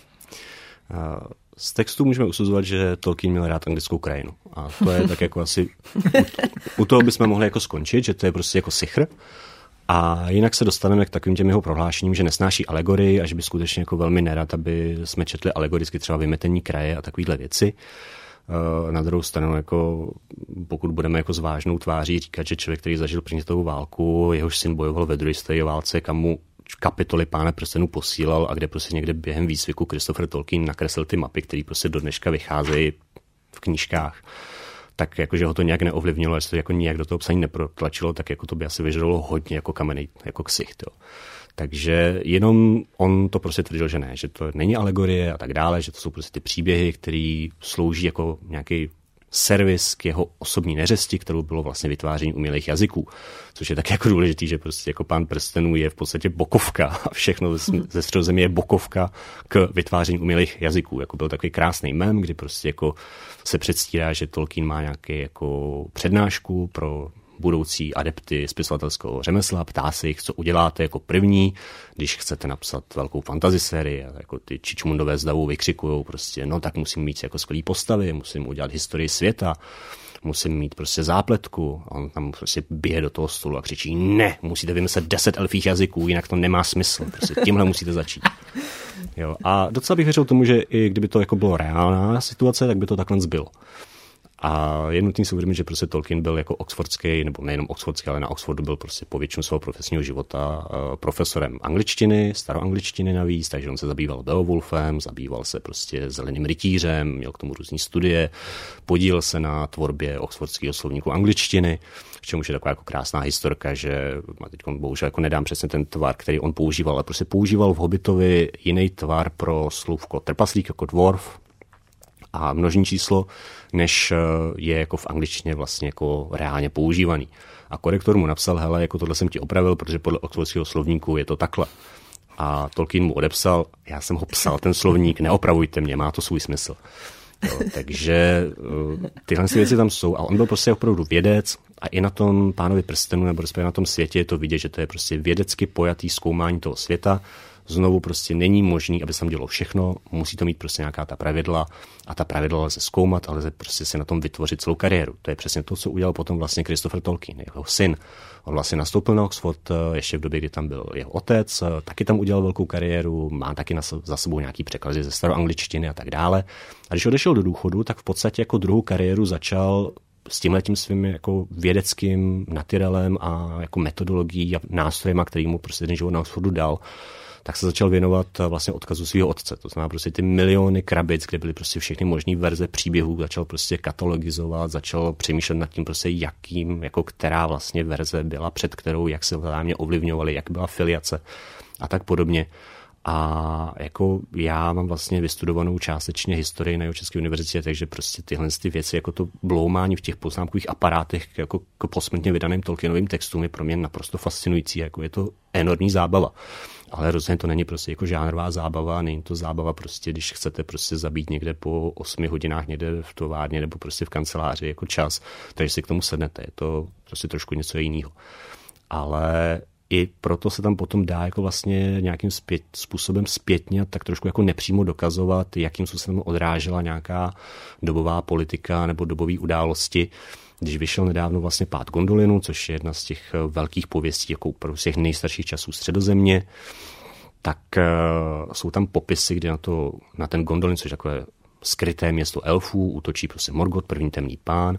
Uh... Z textu můžeme usuzovat, že Tolkien měl rád anglickou krajinu. A to je tak jako asi... U, u toho bychom mohli jako skončit, že to je prostě jako sichr. A jinak se dostaneme k takovým těm jeho prohlášením, že nesnáší alegorii a že by skutečně jako velmi nerad, aby jsme četli alegoricky třeba vymetení kraje a takovýhle věci. Na druhou stranu, jako, pokud budeme jako s vážnou tváří říkat, že člověk, který zažil první světovou válku, jehož syn bojoval ve druhé světové válce, kam mu kapitoly Pána prstenů posílal a kde prostě někde během výcviku Christopher Tolkien nakreslil ty mapy, které prostě do dneška vycházejí v knížkách, tak jakože ho to nějak neovlivnilo, jestli to jako nijak do toho psaní neprotlačilo, tak jako to by asi vyžadalo hodně jako kamenej, jako ksicht. Jo. Takže jenom on to prostě tvrdil, že ne, že to není alegorie a tak dále, že to jsou prostě ty příběhy, které slouží jako nějaký servis k jeho osobní neřesti, kterou bylo vlastně vytváření umělých jazyků, což je tak jako důležitý, že prostě jako Pán prstenů je v podstatě bokovka a všechno ze Středozemí je bokovka k vytváření umělých jazyků. Jako byl takový krásný mem, kdy prostě jako se předstírá, že Tolkien má nějaký jako přednášku pro budoucí adepty spisovatelského řemesla, ptá se jich, co uděláte jako první, když chcete napsat velkou fantasy sérii, a jako ty čičmundové z davu vykřikujou prostě, no tak musím mít jako skvělý postavy, musím udělat historii světa, musím mít prostě zápletku. A on tam prostě běhe do toho stolu a křičí, ne, musíte vymyslet deset elfích jazyků, jinak to nemá smysl, prostě tímhle musíte začít. Jo. A docela bych věřil tomu, že i kdyby to jako bylo reálná situace, tak by to takhle zbylo. A je nutný si uvědomit, že prostě Tolkien byl jako oxfordský, nebo nejenom oxfordský, ale na Oxfordu byl prostě po většinu svého profesního života profesorem angličtiny, staroangličtiny navíc, takže on se zabýval Beowulfem, zabýval se prostě zeleným rytířem, měl k tomu různý studie, podílel se na tvorbě oxfordského slovníku angličtiny, k čemuž je taková jako krásná historka, že teď bohužel jako nedám přesně ten tvar, který on používal, ale prostě používal v Hobbitovi jiný tvar pro slůvko trpaslík jako dwarf a množní číslo, než je jako v angličtině vlastně jako reálně používaný. A korektor mu napsal, hele, jako tohle jsem ti opravil, protože podle oxfordského slovníku je to takhle. A Tolkien mu odepsal, já jsem ho psal, ten slovník, neopravujte mě, má to svůj smysl. Jo, takže tyhle věci tam jsou a on byl prostě opravdu vědec a i na tom Pánovi prstenů nebo respektive na tom světě je to vidět, že to je prostě vědecky pojatý zkoumání toho světa. Znovu prostě není možný, aby se tam dělo všechno, musí to mít prostě nějaká ta pravidla a ta pravidla lze zkoumat, ale lze prostě si na tom vytvořit celou kariéru. To je přesně to, co udělal potom vlastně Christopher Tolkien, jeho syn. On vlastně nastoupil na Oxford ještě v době, kdy tam byl jeho otec, taky tam udělal velkou kariéru, má taky na, za sebou nějaký překlady ze staroangličtiny a tak dále. A když odešel do důchodu, tak v podstatě jako druhou kariéru začal s tímhletím svým jako vědeckým natyrelem a jako metodologií a nástrojema, který mu prostě ten život na Oxfordu dal, tak se začal věnovat vlastně odkazu svého otce. To znamená prostě ty miliony krabic, kde byly prostě všechny možné verze příběhů, začal prostě katalogizovat, začal přemýšlet nad tím prostě jakým, jako která vlastně verze byla před kterou, jak se vzájemně ovlivňovaly, jak byla filiace a tak podobně. A jako já mám vlastně vystudovanou částečně historii na Jihočeské univerzitě, takže prostě tyhle ty věci, jako to bloumání v těch poznámkových aparátech, jako k posmrtně vydaným Tolkienovým textům je pro mě naprosto fascinující, jako je to enormní zábava. Ale rozhodně to není prostě jako žánrová zábava, není to zábava prostě, když chcete prostě zabít někde po osmi hodinách někde v továrně nebo prostě v kanceláři jako čas, takže si k tomu sednete, je to prostě trošku něco jiného. Ale i proto se tam potom dá jako vlastně nějakým zpět, způsobem zpětně tak trošku jako nepřímo dokazovat, jakým způsobem odrážela nějaká dobová politika nebo dobové události. Když vyšel nedávno vlastně Pád Gondolinu, což je jedna z těch velkých pověstí jako opravdu z těch nejstarších časů Středozemě, tak uh, jsou tam popisy, kde na, to, na ten Gondolin, což je takové skryté město elfů, útočí prostě Morgoth, první temný pán,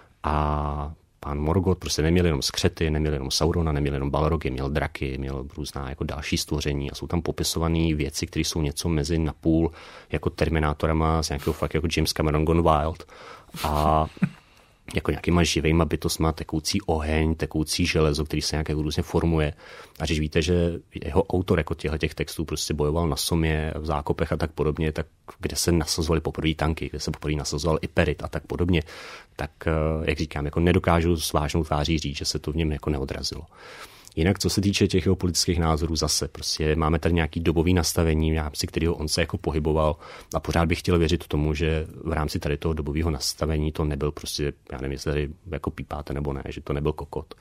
a pán Morgoth prostě neměl jenom skřety, neměl jenom Saurona, neměl jenom Balrogy, měl draky, měl různá jako další stvoření a jsou tam popisované věci, které jsou něco mezi napůl jako Terminátorama z nějakého fakt jako James Cameron Gone Wild a jako nějakýma živejma bytostma, tekoucí oheň, tekoucí železo, který se nějak jako různě formuje. A když víte, že jeho autor jako těchto těch textů prostě bojoval na Somě, v zákopech a tak podobně, tak kde se nasazovaly poprvé tanky, kde se poprvé nasazoval i perit a tak podobně, tak, jak říkám, jako nedokážu s vážnou tváří říct, že se to v něm jako neodrazilo. Jinak, co se týče těch jeho politických názorů, zase prostě máme tady nějaký dobový nastavení, v rámci kterého on se jako pohyboval a pořád bych chtěl věřit tomu, že v rámci tady toho dobového nastavení to nebyl prostě, já nevím, jestli tady jako pípáte nebo ne, že to nebyl kokot.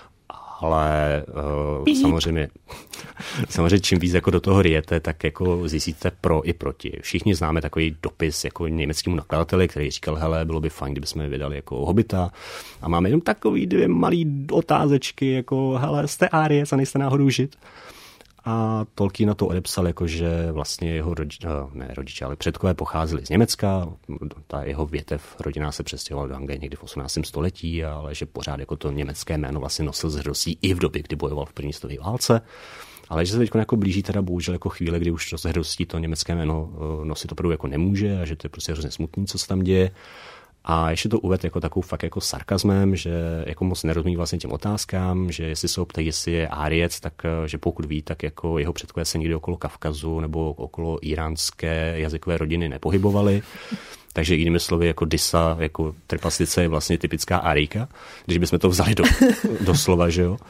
Ale uh, samozřejmě, samozřejmě čím víc jako do toho ryjete, tak jako zjistíte pro i proti. Všichni známe takový dopis jako německému nakladateli, který říkal, hele, bylo by fajn, kdybychom je vydali jako Hobita. A máme jenom takový dvě malý otázečky, jako, hele, jste Árie, a nejste náhodou Žid? A Tolkien na to odepsal, jako, že vlastně jeho rodiče, ne rodiče, ale předkové pocházeli z Německa, ta jeho větev rodina se přestěhovala do Anglie někdy v osmnáctém století, ale že pořád jako to německé jméno vlastně nosil z hrdostí i v době, kdy bojoval v první světové válce. Ale že se teď jako blíží teda bohužel jako chvíle, kdy už to z hrdostí to německé jméno nosit opravdu jako nemůže a že to je prostě hrozně smutný, co se tam děje. A ještě to uved jako takovou fakt jako sarkazmem, že jako moc nerozumí vlastně těm otázkám, že jestli se ho ptají, jestli je Áriec, tak že pokud ví, tak jako jeho předkové se nikdy okolo Kavkazu nebo okolo iránské jazykové rodiny nepohybovali. Takže jinými slovy, jako Disa, jako trpaslice je vlastně typická Árijka, když bychom to vzali do, do slova, že jo.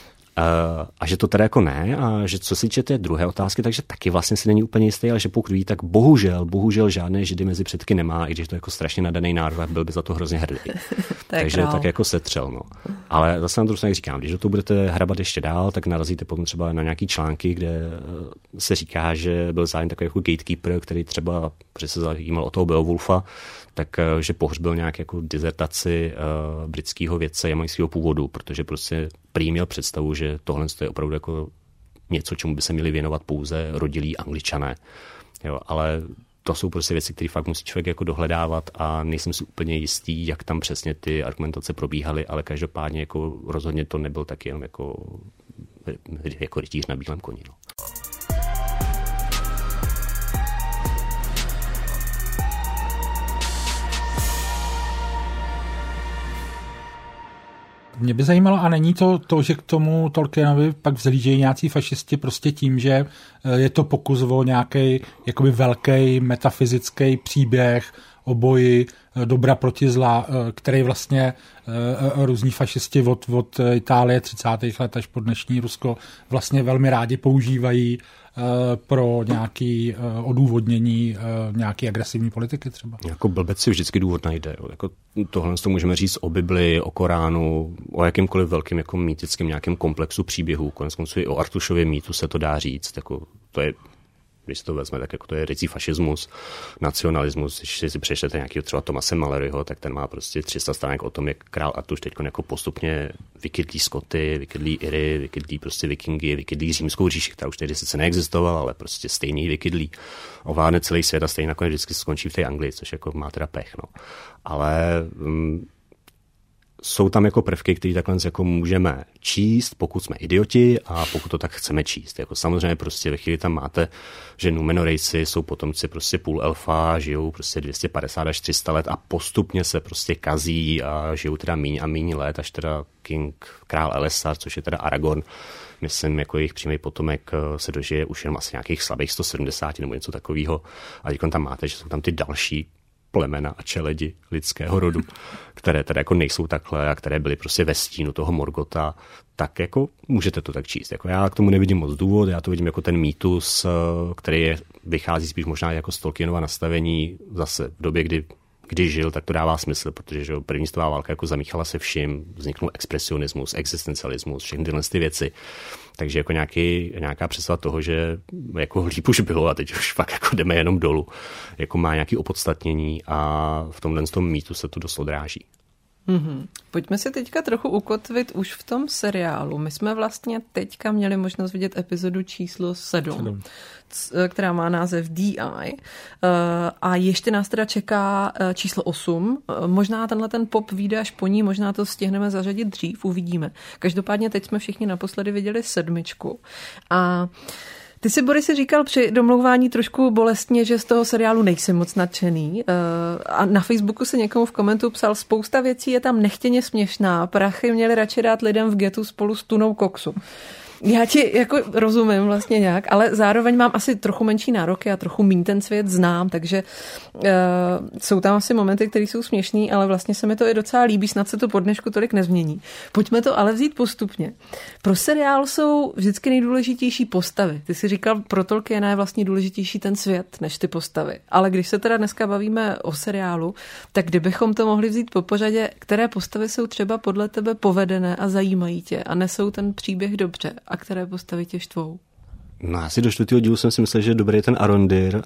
A že to teda jako ne, a že co se týče té druhé otázky, takže taky vlastně si není úplně jistý, ale že pokud ví, tak bohužel, bohužel žádné Židy mezi předky nemá, i když to jako strašně nadaný národ, byl by za to hrozně hrdý. Takže král. Tak jako setřel, no. Ale zase na druhou stranu říkám, když do toho budete hrabat ještě dál, tak narazíte potom třeba na nějaký články, kde se říká, že byl zájem takový jako gatekeeper, který třeba, protože se zajímal o toho Beowulfa, tak že pohřbil nějak jako dizertaci uh, britského vědce jamajského původu, protože prostě prý měl představu, že tohle je opravdu jako něco, čemu by se měli věnovat pouze rodilí Angličané. Jo, ale to jsou prostě věci, které fakt musí člověk jako dohledávat a nejsem si úplně jistý, jak tam přesně ty argumentace probíhaly, ale každopádně jako rozhodně to nebyl tak jenom jako, jako rytíř na bílém koni. No. Mě by zajímalo, a není to to, že k tomu Tolkienovi pak vzhlížejí nějací fašisti prostě tím, že je to pokus o nějaký jakoby velký metafyzický příběh o boji dobra proti zla, který vlastně různí fašisti od, od Itálie třicátých let až po dnešní Rusko vlastně velmi rádi používají pro nějaké odůvodnění nějaké agresivní politiky třeba. Jako blbec si vždycky důvod najde. Jo. Jako tohle to můžeme říct o Bibli, o Koránu, o jakýmkoliv velkým jako mýtickém nějakém komplexu příběhů. Koneckonců i o Artušově mýtu se to dá říct. Jako to je, když to vezme, tak jako to je rycí fašismus, nacionalismus. Když si přečtete nějakého třeba Thomase Maleryho, tak ten má prostě tři sta stránek o tom, jak král Artuš teď jako postupně vykydlí Skoty, vykydlí Iry, vykydlí prostě Vikingy, vykydlí římskou říši, která už tehdy sice neexistovala, ale prostě stejný vykydlí. Ovládne celý svět a stejně nakonec vždycky skončí v té Anglii, což jako má teda pech. No. Ale um, jsou tam jako prvky, které takhle jako můžeme číst, pokud jsme idioti a pokud to tak chceme číst. Jako samozřejmě prostě ve chvíli tam máte, že Numenorejci jsou potomci prostě půl elfa, žijou prostě dvě stě padesát až tři sta let a postupně se prostě kazí a žijou teda míň a míň let, až teda King, král Elessar, což je teda Aragorn, myslím, jako jejich přímý potomek se dožije už jenom asi nějakých slabých sto sedmdesát nebo něco takového. A teď tam máte, že jsou tam ty další plemena a čeledi lidského rodu, které teda jako nejsou takhle a které byly prostě ve stínu toho Morgota, tak jako můžete to tak číst. Jako já k tomu nevidím moc důvod, já to vidím jako ten mýtus, který je, vychází spíš možná jako z Tolkienova nastavení zase v době, kdy když žil, tak to dává smysl, protože že první světová válka jako zamíchala se vším, vzniknul expresionismus, existencialismus, všechny tyhle ty věci. Takže jako nějaký, nějaká představa toho, že jako líp už bylo a teď už fakt jako jdeme jenom dolů, jako má nějaké opodstatnění a v tomhle tom mýtu se to dost odráží. Mm-hmm. Pojďme si teďka trochu ukotvit už v tom seriálu. My jsme vlastně teďka měli možnost vidět epizodu číslo sedm, sedm. která má název D I. A ještě nás teda čeká číslo osm. Možná tenhle ten pop vyjde až po ní, možná to stihneme zařadit dřív, uvidíme. Každopádně teď jsme všichni naposledy viděli sedmičku. A ty si, Boris, říkal při domlouvání trošku bolestně, že z toho seriálu nejsi moc nadšený. A na Facebooku se někomu v komentu psal, spousta věcí je tam nechtěně směšná, prachy měli radši dát lidem v getu spolu s tunou koksu. Já ti jako rozumím vlastně nějak, ale zároveň mám asi trochu menší nároky a trochu míň ten svět znám, takže uh, jsou tam asi momenty, které jsou směšný, ale vlastně se mi to i docela líbí, snad se to po dnešku tolik nezmění. Pojďme to ale vzít postupně. Pro seriál jsou vždycky nejdůležitější postavy. Ty jsi říkal, pro Tolkiena je vlastně důležitější ten svět než ty postavy. Ale když se teda dneska bavíme o seriálu, tak kdybychom to mohli vzít po pořadě, které postavy jsou třeba podle tebe povedené a zajímají tě a nesou ten příběh dobře, a které postavy tě štvou? No asi do čtvrtého dílu jsem si myslel, že dobrý je ten Arondir.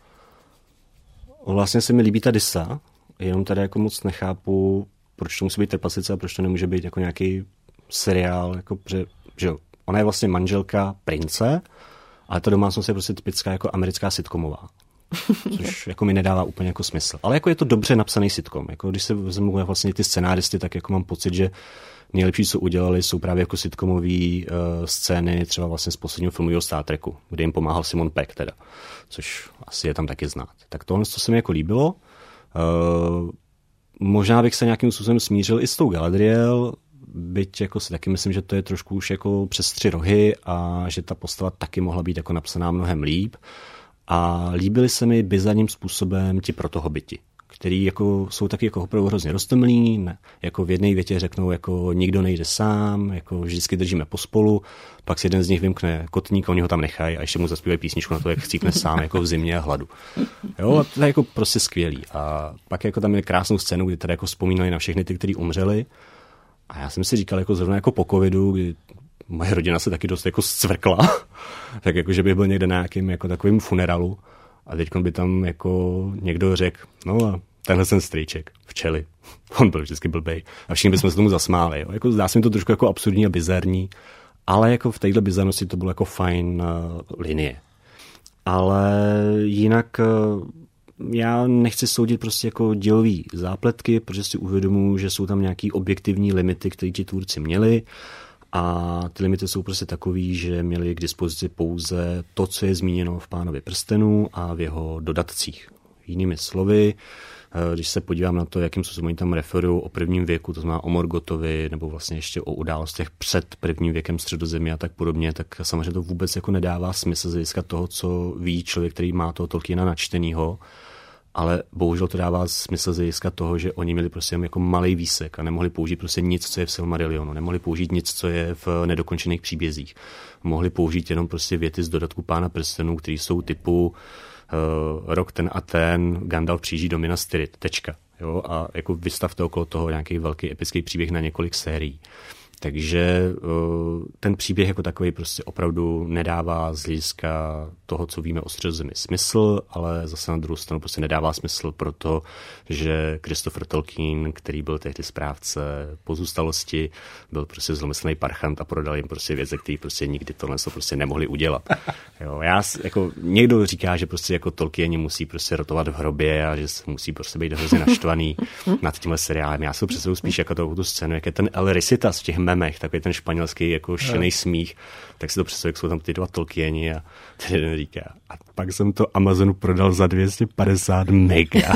Vlastně se mi líbí ta Disa, jenom tady jako moc nechápu, proč to musí být trpaslice a proč to nemůže být jako nějaký seriál, jako, že, že ona je vlastně manželka prince, ale ta domácnost je prostě typická jako americká sitcomová. Což jako mi nedává úplně jako smysl. Ale jako je to dobře napsaný sitcom. Jako když se vezmu vlastně ty scenáristy, tak jako mám pocit, že nejlepší, co udělali, jsou právě jako sitcomové uh, scény, třeba vlastně z posledního filmu Star Treku, kde jim pomáhal Simon Pegg teda, což asi je tam taky znát. Tak tohle, co se mi jako líbilo, uh, možná bych se nějakým způsobem smířil i s tou Galadriel, byť jako si taky myslím, že to je trošku už jako přes tři rohy a že ta postava taky mohla být jako napsaná mnohem líp. A líbily se mi bizarním způsobem ti protohobiti, který jako jsou taky jako opravdu hrozně roztomilí, ne, jako v jedné větě řeknou, jako nikdo nejde sám, jako vždycky držíme pospolu, pak si jeden z nich vymkne kotník, oni ho tam nechají a ještě mu zaspívají písničku na to, jak chcípne sám jako v zimě a hladu. Jo, a to je jako prostě skvělý. A pak jako tam je krásnou scénu, kdy tady jako vzpomínali na všechny ty, kteří umřeli. A já jsem si říkal, jako zrovna jako po covidu, kdy moje rodina se taky dost jako zcvrkla, tak jako, že bych byl někde na nějakým jako takovým funeralu a teď by tam jako někdo řekl, no a tenhle ten strýček, včely, on byl vždycky blbej a všichni bychom se tomu zasmáli. Jo. Jako zdá se mi to trošku jako absurdní a bizarní, ale jako v téhle bizarnosti to bylo jako fajn uh, linie. Ale jinak uh, já nechci soudit prostě jako dělový zápletky, protože si uvědomuji, že jsou tam nějaký objektivní limity, které ti tvůrci měli. A ty limity jsou prostě takový, že měli k dispozici pouze to, co je zmíněno v Pánovi prstenů a v jeho dodatcích. Jinými slovy, když se podívám na to, jakým způsobem oni tam referují o prvním věku, to znamená o Morgotovi, nebo vlastně ještě o událostech před prvním věkem Středozemí a tak podobně, tak samozřejmě to vůbec jako nedává smysl z hlediska toho, co ví člověk, který má toho Tolkiena načtenýho. ale bohužel to dává smysl z hlediska toho, že oni měli prostě jako malý výsek a nemohli použít prostě nic, co je v Silmarillionu, nemohli použít nic, co je v nedokončených příbězích. Mohli použít jenom prostě věty z dodatku Pána prstenů, které jsou typu uh, rok ten a ten, Gandalf přijíždí do Minas Tirith, tečka. Jo? A jako vystavte okolo toho nějaký velký epický příběh na několik sérií. Takže ten příběh jako takový prostě opravdu nedává z hlediska toho, co víme o Středozemi, smysl, ale zase na druhou stranu prostě nedává smysl proto, že Christopher Tolkien, který byl tehdy správce pozůstalosti, byl prostě zlomyslný parchant a prodal jim prostě věci, které prostě nikdy tohle prostě nemohli udělat. Jo, já jako někdo říká, že prostě jako Tolkieni musí prostě rotovat v hrobě a že musí prostě být hrozně naštvaný nad tímhle seriálem. Já si představuji spíš jako tu, tu scénu, jak je ten El Risitas v těch memech, takový ten španělský jako šenej smích, tak si to představuji, jak jsou tam ty dva Tolkieni a ten jeden říká, a pak jsem to Amazonu prodal za dvě stě padesát mega.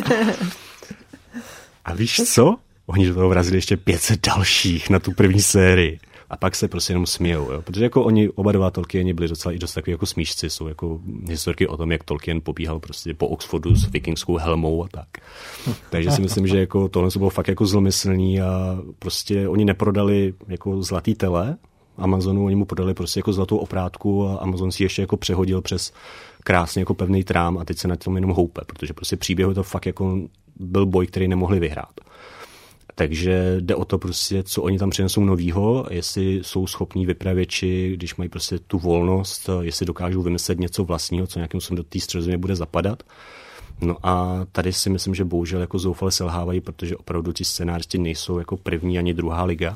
A víš co? Oni do toho vrazili ještě pět set dalších na tu první sérii. A pak se prostě jenom smějou, jo? Protože jako oni oba dva Tolkieni byli docela i dost takový jako smíšci, jsou jako historky o tom, jak Tolkien pobíhal prostě po Oxfordu s vikingskou helmou a tak. Takže si myslím, že jako tohle bylo fakt jako zlomyslný a prostě oni neprodali jako zlatý tele Amazonu, oni mu prodali prostě jako zlatou oprátku a Amazon si ještě jako přehodil přes krásně jako pevný trám a teď se na tom jenom houpe, protože prostě příběhu to fakt jako byl boj, který nemohli vyhrát. Takže jde o to prostě, co oni tam přinesou novýho, jestli jsou schopní vypravěči, když mají prostě tu volnost, jestli dokážou vymyslet něco vlastního, co nějakým způsobem do té Středozemě bude zapadat. No a tady si myslím, že bohužel jako zoufale selhávají, protože opravdu ti scénáři nejsou jako první ani druhá liga.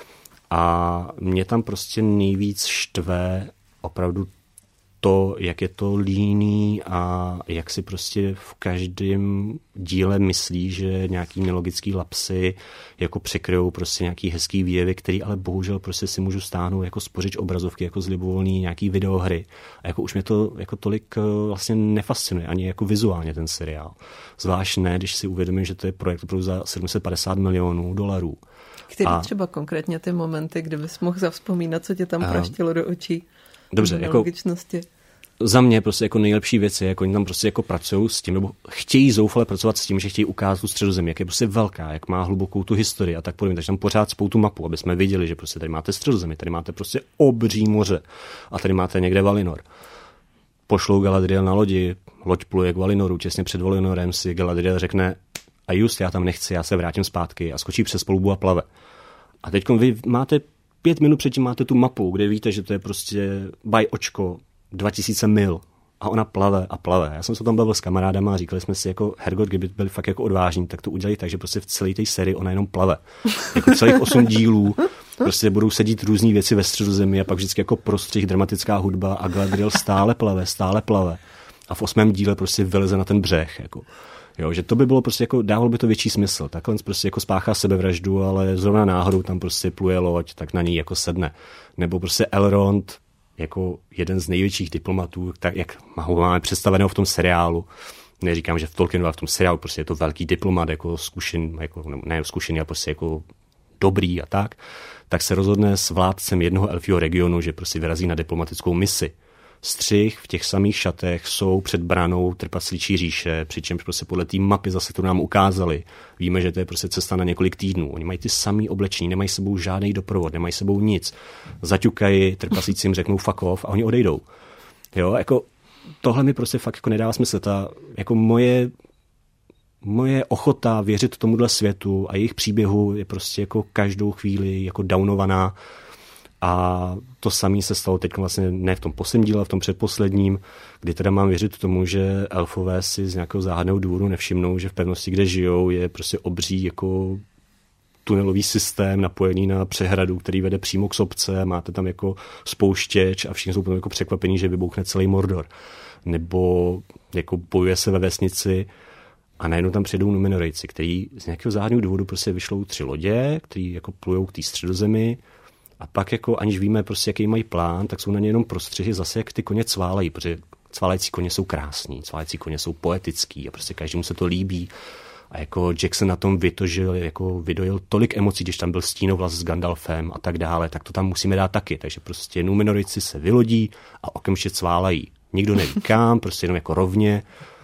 A mě tam prostě nejvíc štve opravdu to, jak je to líný a jak si prostě v každém díle myslí, že nějaký nelogický lapsy jako překryjou prostě nějaký hezký výjevy, který ale bohužel prostě si můžu stáhnout jako spořič obrazovky, jako z libovolný nějaký videohry. A jako už mě to jako tolik vlastně nefascinuje, ani jako vizuálně ten seriál. Zvlášť ne, když si uvědomím, že to je projekt opravdu za sedm set padesát milionů dolarů. Který a... třeba konkrétně ty momenty, kdybys mohl zavzpomínat, co tě tam a... praštilo do očí? Dobře, jako za mě prostě jako nejlepší věc je, jako oni tam prostě jako pracují s tím, nebo chtějí zoufale pracovat s tím, že chtějí ukázat tu Středozemi, jak je prostě velká, jak má hlubokou tu historii a tak podobně. Takže tam pořád spou tu mapu, aby jsme viděli, že prostě tady máte Středozemi, tady máte prostě obří moře a tady máte někde Valinor. Pošlou Galadriel na lodi, loď pluje k Valinoru, těsně před Valinorem si Galadriel řekne a just, já tam nechci, já se vrátím zpátky a skočí přes palubu a plave. A teď vy máte pět minut předtím máte tu mapu, kde víte, že to je prostě baj očko dva tisíce mil a ona plave a plave. Já jsem se tam bavil s kamarádama a říkali jsme si jako Hergot, kdyby byli fakt jako odvážní, tak to udělali tak, že prostě v celé té sérii ona jenom plave. Jako celých osm dílů prostě budou sedít různý věci ve Středozemi a pak vždycky jako prostřih, dramatická hudba a Galadriel stále plave, stále plave. A v osmém díle prostě vyleze na ten břeh. Jako. Jo, že to by bylo prostě jako, dávalo by to větší smysl. Takhle prostě jako spáchá sebevraždu, ale zrovna náhodou tam prostě pluje loď, tak na ní jako sedne. Nebo prostě Elrond jako jeden z největších diplomatů, tak jak ho máme představeného v tom seriálu. Neříkám, že v Tolkienu, ale v tom seriálu prostě je to velký diplomat, jako zkušený, jako, ne zkušený, ale prostě jako dobrý a tak, tak se rozhodne s vládcem jednoho elfího regionu, že prostě vyrazí na diplomatickou misi. Střih v těch samých šatech jsou před branou trpaslíčí říše, přičemž prostě podle té mapy zase to nám ukázali. Víme, že to je prostě cesta na několik týdnů. Oni mají ty samý oblečení, nemají sebou žádný doprovod, nemají sebou nic. Zaťukají, trpaslíci jim řeknou fuck off a oni odejdou. Jo, jako tohle mi prostě fakt jako nedává smysl. Ta, jako moje, moje ochota věřit tomuhle světu a jejich příběhu je prostě jako každou chvíli jako downovaná. A to samé se stalo teď vlastně ne v tom posledním díle, v tom předposledním, kdy teda mám věřit tomu, že elfové si z nějakého záhadného důvodu nevšimnou, že v pevnosti, kde žijou, je prostě obří jako tunelový systém napojený na přehradu, který vede přímo k sopce, máte tam jako spouštěč a všichni jsou potom jako překvapení, že vybouchne celý Mordor. Nebo jako bojuje se ve vesnici a najednou tam přijedou Númenorejci, který z nějakého záhadného důvodu prostě vyšlou tři lodě, který jako plujou k té Středozemi. A pak jako, aniž víme prostě, jaký mají plán, tak jsou na ně jenom prostřihy zase, jak ty koně cválají, protože cválající koně jsou krásní, cválající koně jsou poetický a prostě každému se to líbí. A jako Jackson na tom vytožil, jako vydojil tolik emocí, když tam byl Stínovlas s Gandalfem a tak dále, tak to tam musíme dát taky. Takže prostě Númenorejci se vylodí a okamžitě cválají. Nikdo neví kam, prostě jenom jako rovně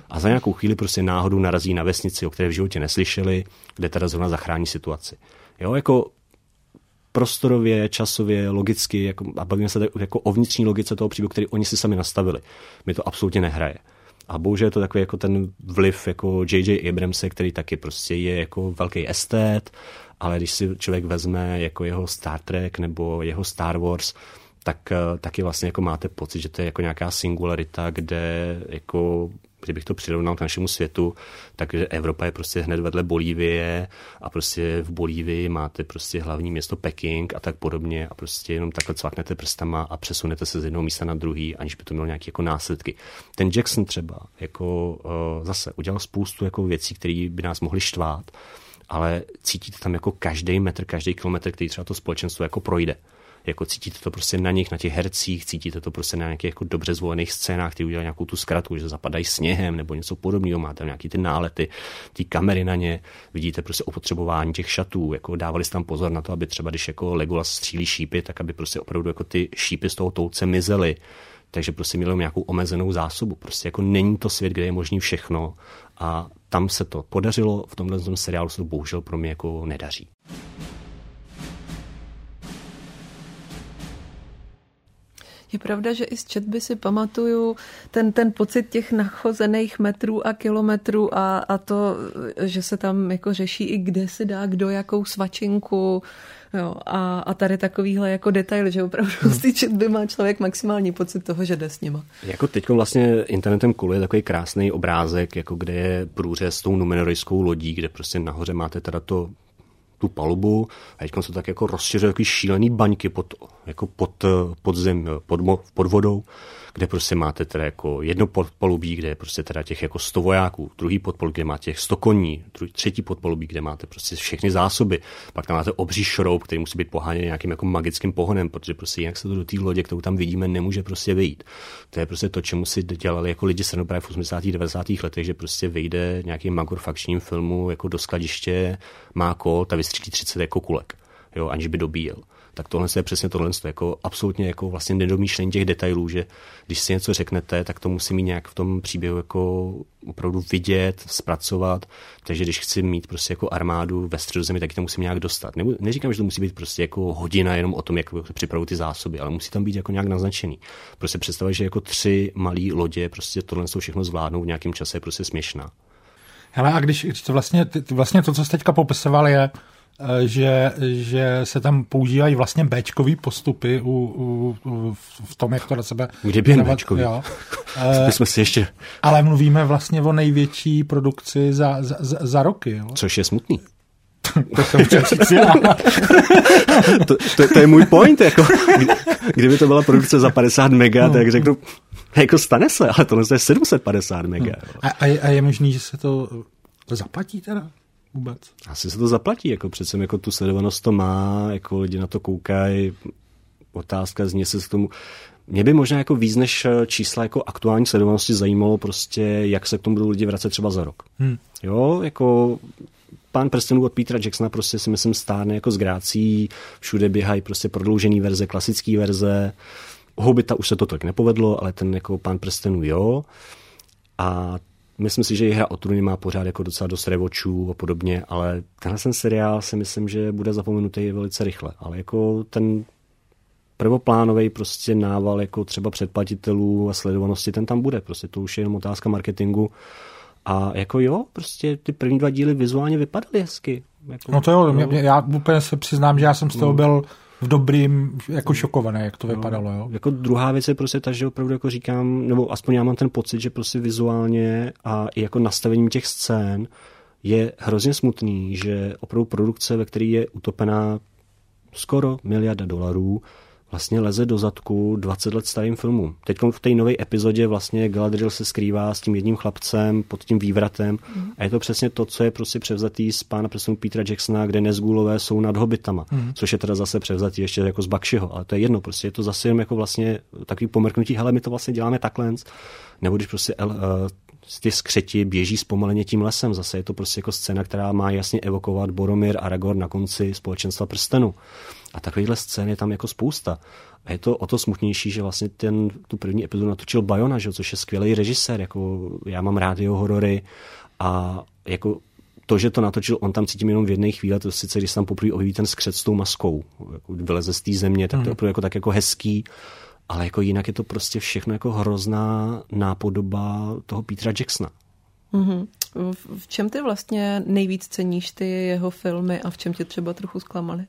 A za nějakou chvíli prostě náhodou narazí na vesnici, o které v životě neslyšeli, kde teda zrovna zachrání situaci. Jo, jako prostorově, časově, logicky, jako, a bavíme se jako o vnitřní logice toho příběhu, který oni si sami nastavili. Mi to absolutně nehraje. A bohužel je to takový jako ten vliv jako J J Abramse, který taky prostě je jako velký estét, ale když si člověk vezme jako jeho Star Trek nebo jeho Star Wars, tak taky vlastně jako máte pocit, že to je jako nějaká singularita, kde jako kdybych to přirovnal k našemu světu, takže Evropa je prostě hned vedle Bolívie a prostě v Bolívii máte prostě hlavní město Peking a tak podobně a prostě jenom takhle cvaknete prstama a přesunete se z jednoho místa na druhý, aniž by to mělo nějaké jako následky. Ten Jackson třeba jako uh, zase udělal spoustu jako věcí, které by nás mohly štvát, ale cítíte tam jako každý metr, každý kilometr, který třeba to společenstvo jako projde. Jako cítíte to prostě na nich, na těch hercích, cítíte to prostě na nějakých jako dobře zvolených scénách, které udělají nějakou tu zkratku, že zapadají sněhem nebo něco podobného, máte nějaký ty nálety, ty kamery na ně, vidíte prostě opotřebování těch šatů, jako dávali jste tam pozor na to, aby třeba když jako Legolas střílí šípy, tak aby prostě opravdu jako ty šípy z toho toulce mizely. Takže prostě měli nějakou omezenou zásobu. Prostě jako není to svět, kde je možný všechno a tam se to podařilo, v tomhle seriálu se to bohužel pro mě jako nedaří. Je pravda, že i z četby si pamatuju ten, ten pocit těch nachozených metrů a kilometrů a, a to, že se tam jako řeší i kde se dá kdo jakou svačinku. Jo, a, a tady takovýhle jako detail, že opravdu z té četby má člověk maximální pocit toho, že jde s nima. Jako teď vlastně internetem koluje takový krásný obrázek, jako kde je průřez s tou numenorejskou lodí, kde prostě nahoře máte teda to tu palubu a teď se tak jako rozšiřuje takový šílený baňky pod, jako pod, pod zem, pod, pod vodou, kde prostě máte teda jako jedno podpalubí, kde je prostě teda těch jako sto vojáků, druhý podpalubí, kde máte těch sto koní, druhý, třetí podpalubí, kde máte prostě všechny zásoby, pak tam máte obří šroub, který musí být poháněný nějakým jako magickým pohonem, protože prostě jinak se to do té lodě, kterou tam vidíme, nemůže prostě vyjít. To je prostě to, čemu si dělali jako lidi středopravě v osmdesátých devadesátých letech, že prostě vyjde nějaký magor v akčním filmu jako do skladiště, má kód a vystřílí třicet jako kulek, jo, aniž by dobíjel. Tak tohle je přesně tohle, jako absolutně jako vlastně nedomýšlení těch detailů, že když si něco řeknete, tak to musí mít nějak v tom příběhu jako opravdu vidět, zpracovat, takže když chci mít prostě jako armádu ve Středozemi, tak to musím nějak dostat. Ne, neříkám, že to musí být prostě jako hodina jenom o tom, jak připravují ty zásoby, ale musí tam být jako nějak naznačený. Prostě představit, že jako tři malé lodě prostě tohle všechno zvládnou v nějakém čase je prostě směšná. Hele, a když, když to vlastně, vlastně to, co jste teďka popisoval, je Že, že se tam používají vlastně béčkový postupy u, u, u, v tom, jak to na sebe... Kdyby jen béčkový. jsme si ještě... Ale mluvíme vlastně o největší produkci za, za, za, za roky. Jo? Což je smutný. To jsem chtěl říct já. to, to, to je můj point. Jako, kdyby to byla produkce za padesát mega, no, tak řeknu, jako stane se, ale tohle je sedm set padesát mega. No. A, a, je, a je možný, že se to zaplatí teda? Vůbec. Asi se to zaplatí, jako přece jako tu sledovanost to má, jako lidi na to koukají, otázka zní se k tomu. Mě by možná jako víc než čísla jako aktuální sledovanosti zajímalo prostě, jak se k tomu budou lidi vracet třeba za rok. Hmm. Jo, jako Pán prstenů od Petera Jacksona prostě si myslím stárne jako z grácí, všude běhají prostě prodloužený verze, klasický verze. U Hobita už se to tak nepovedlo, ale ten jako Pán prstenů jo. A myslím si, že i Hra o trůny má pořád jako docela dost revočů a podobně, ale tenhle ten seriál si myslím, že bude zapomenutý velice rychle. Ale jako ten prvoplánový prostě nával jako třeba předplatitelů a sledovanosti, ten tam bude. Prostě to už je jenom otázka marketingu. A jako jo, prostě ty první dva díly vizuálně vypadaly hezky. Jako, no to jo, no. Já úplně se přiznám, že já jsem z toho byl v dobrým, jako šokovaný, jak to no, vypadalo. Jo. Jako druhá věc je prostě ta, že opravdu jako říkám, nebo aspoň já mám ten pocit, že prostě vizuálně a i jako nastavením těch scén je hrozně smutný, že opravdu produkce, ve které je utopená skoro miliarda dolarů, vlastně leze do zadku dvacet let starým filmům. Teď v té nové epizodě vlastně Galadriel se skrývá s tím jedním chlapcem pod tím vývratem mm. a je to přesně to, co je prostě převzatý z Pána prstenů Petera Jacksona, kde Nezgulové jsou nad hobitama, mm. což je teda zase převzatý ještě jako z Bakshiho, ale to je jedno, prostě je to zase jen jako vlastně takový pomrknutí, hele, my to vlastně děláme takhle, nebo když prostě El, uh, ty skřeti běží zpomaleně tím lesem. Zase je to prostě jako scéna, která má jasně evokovat Boromir a Aragorn na konci Společenstva prstenu. A takovýchhle scén je tam jako spousta. A je to o to smutnější, že vlastně ten, tu první epizodu natočil Bayona, že, což je skvělý režisér. Jako, já mám rád jeho horory a jako to, že to natočil, on tam cítím jenom v jedné chvíli, to sice, když tam poprvé objeví ten skřet s tou maskou, jako vyleze z té země, tak to je opravdu jako, tak jako hezký, ale jako jinak je to prostě všechno jako hrozná nápodoba toho Petera Jacksona. Mm-hmm. V čem ty vlastně nejvíc ceníš ty jeho filmy a v čem tě třeba trochu zklamaly?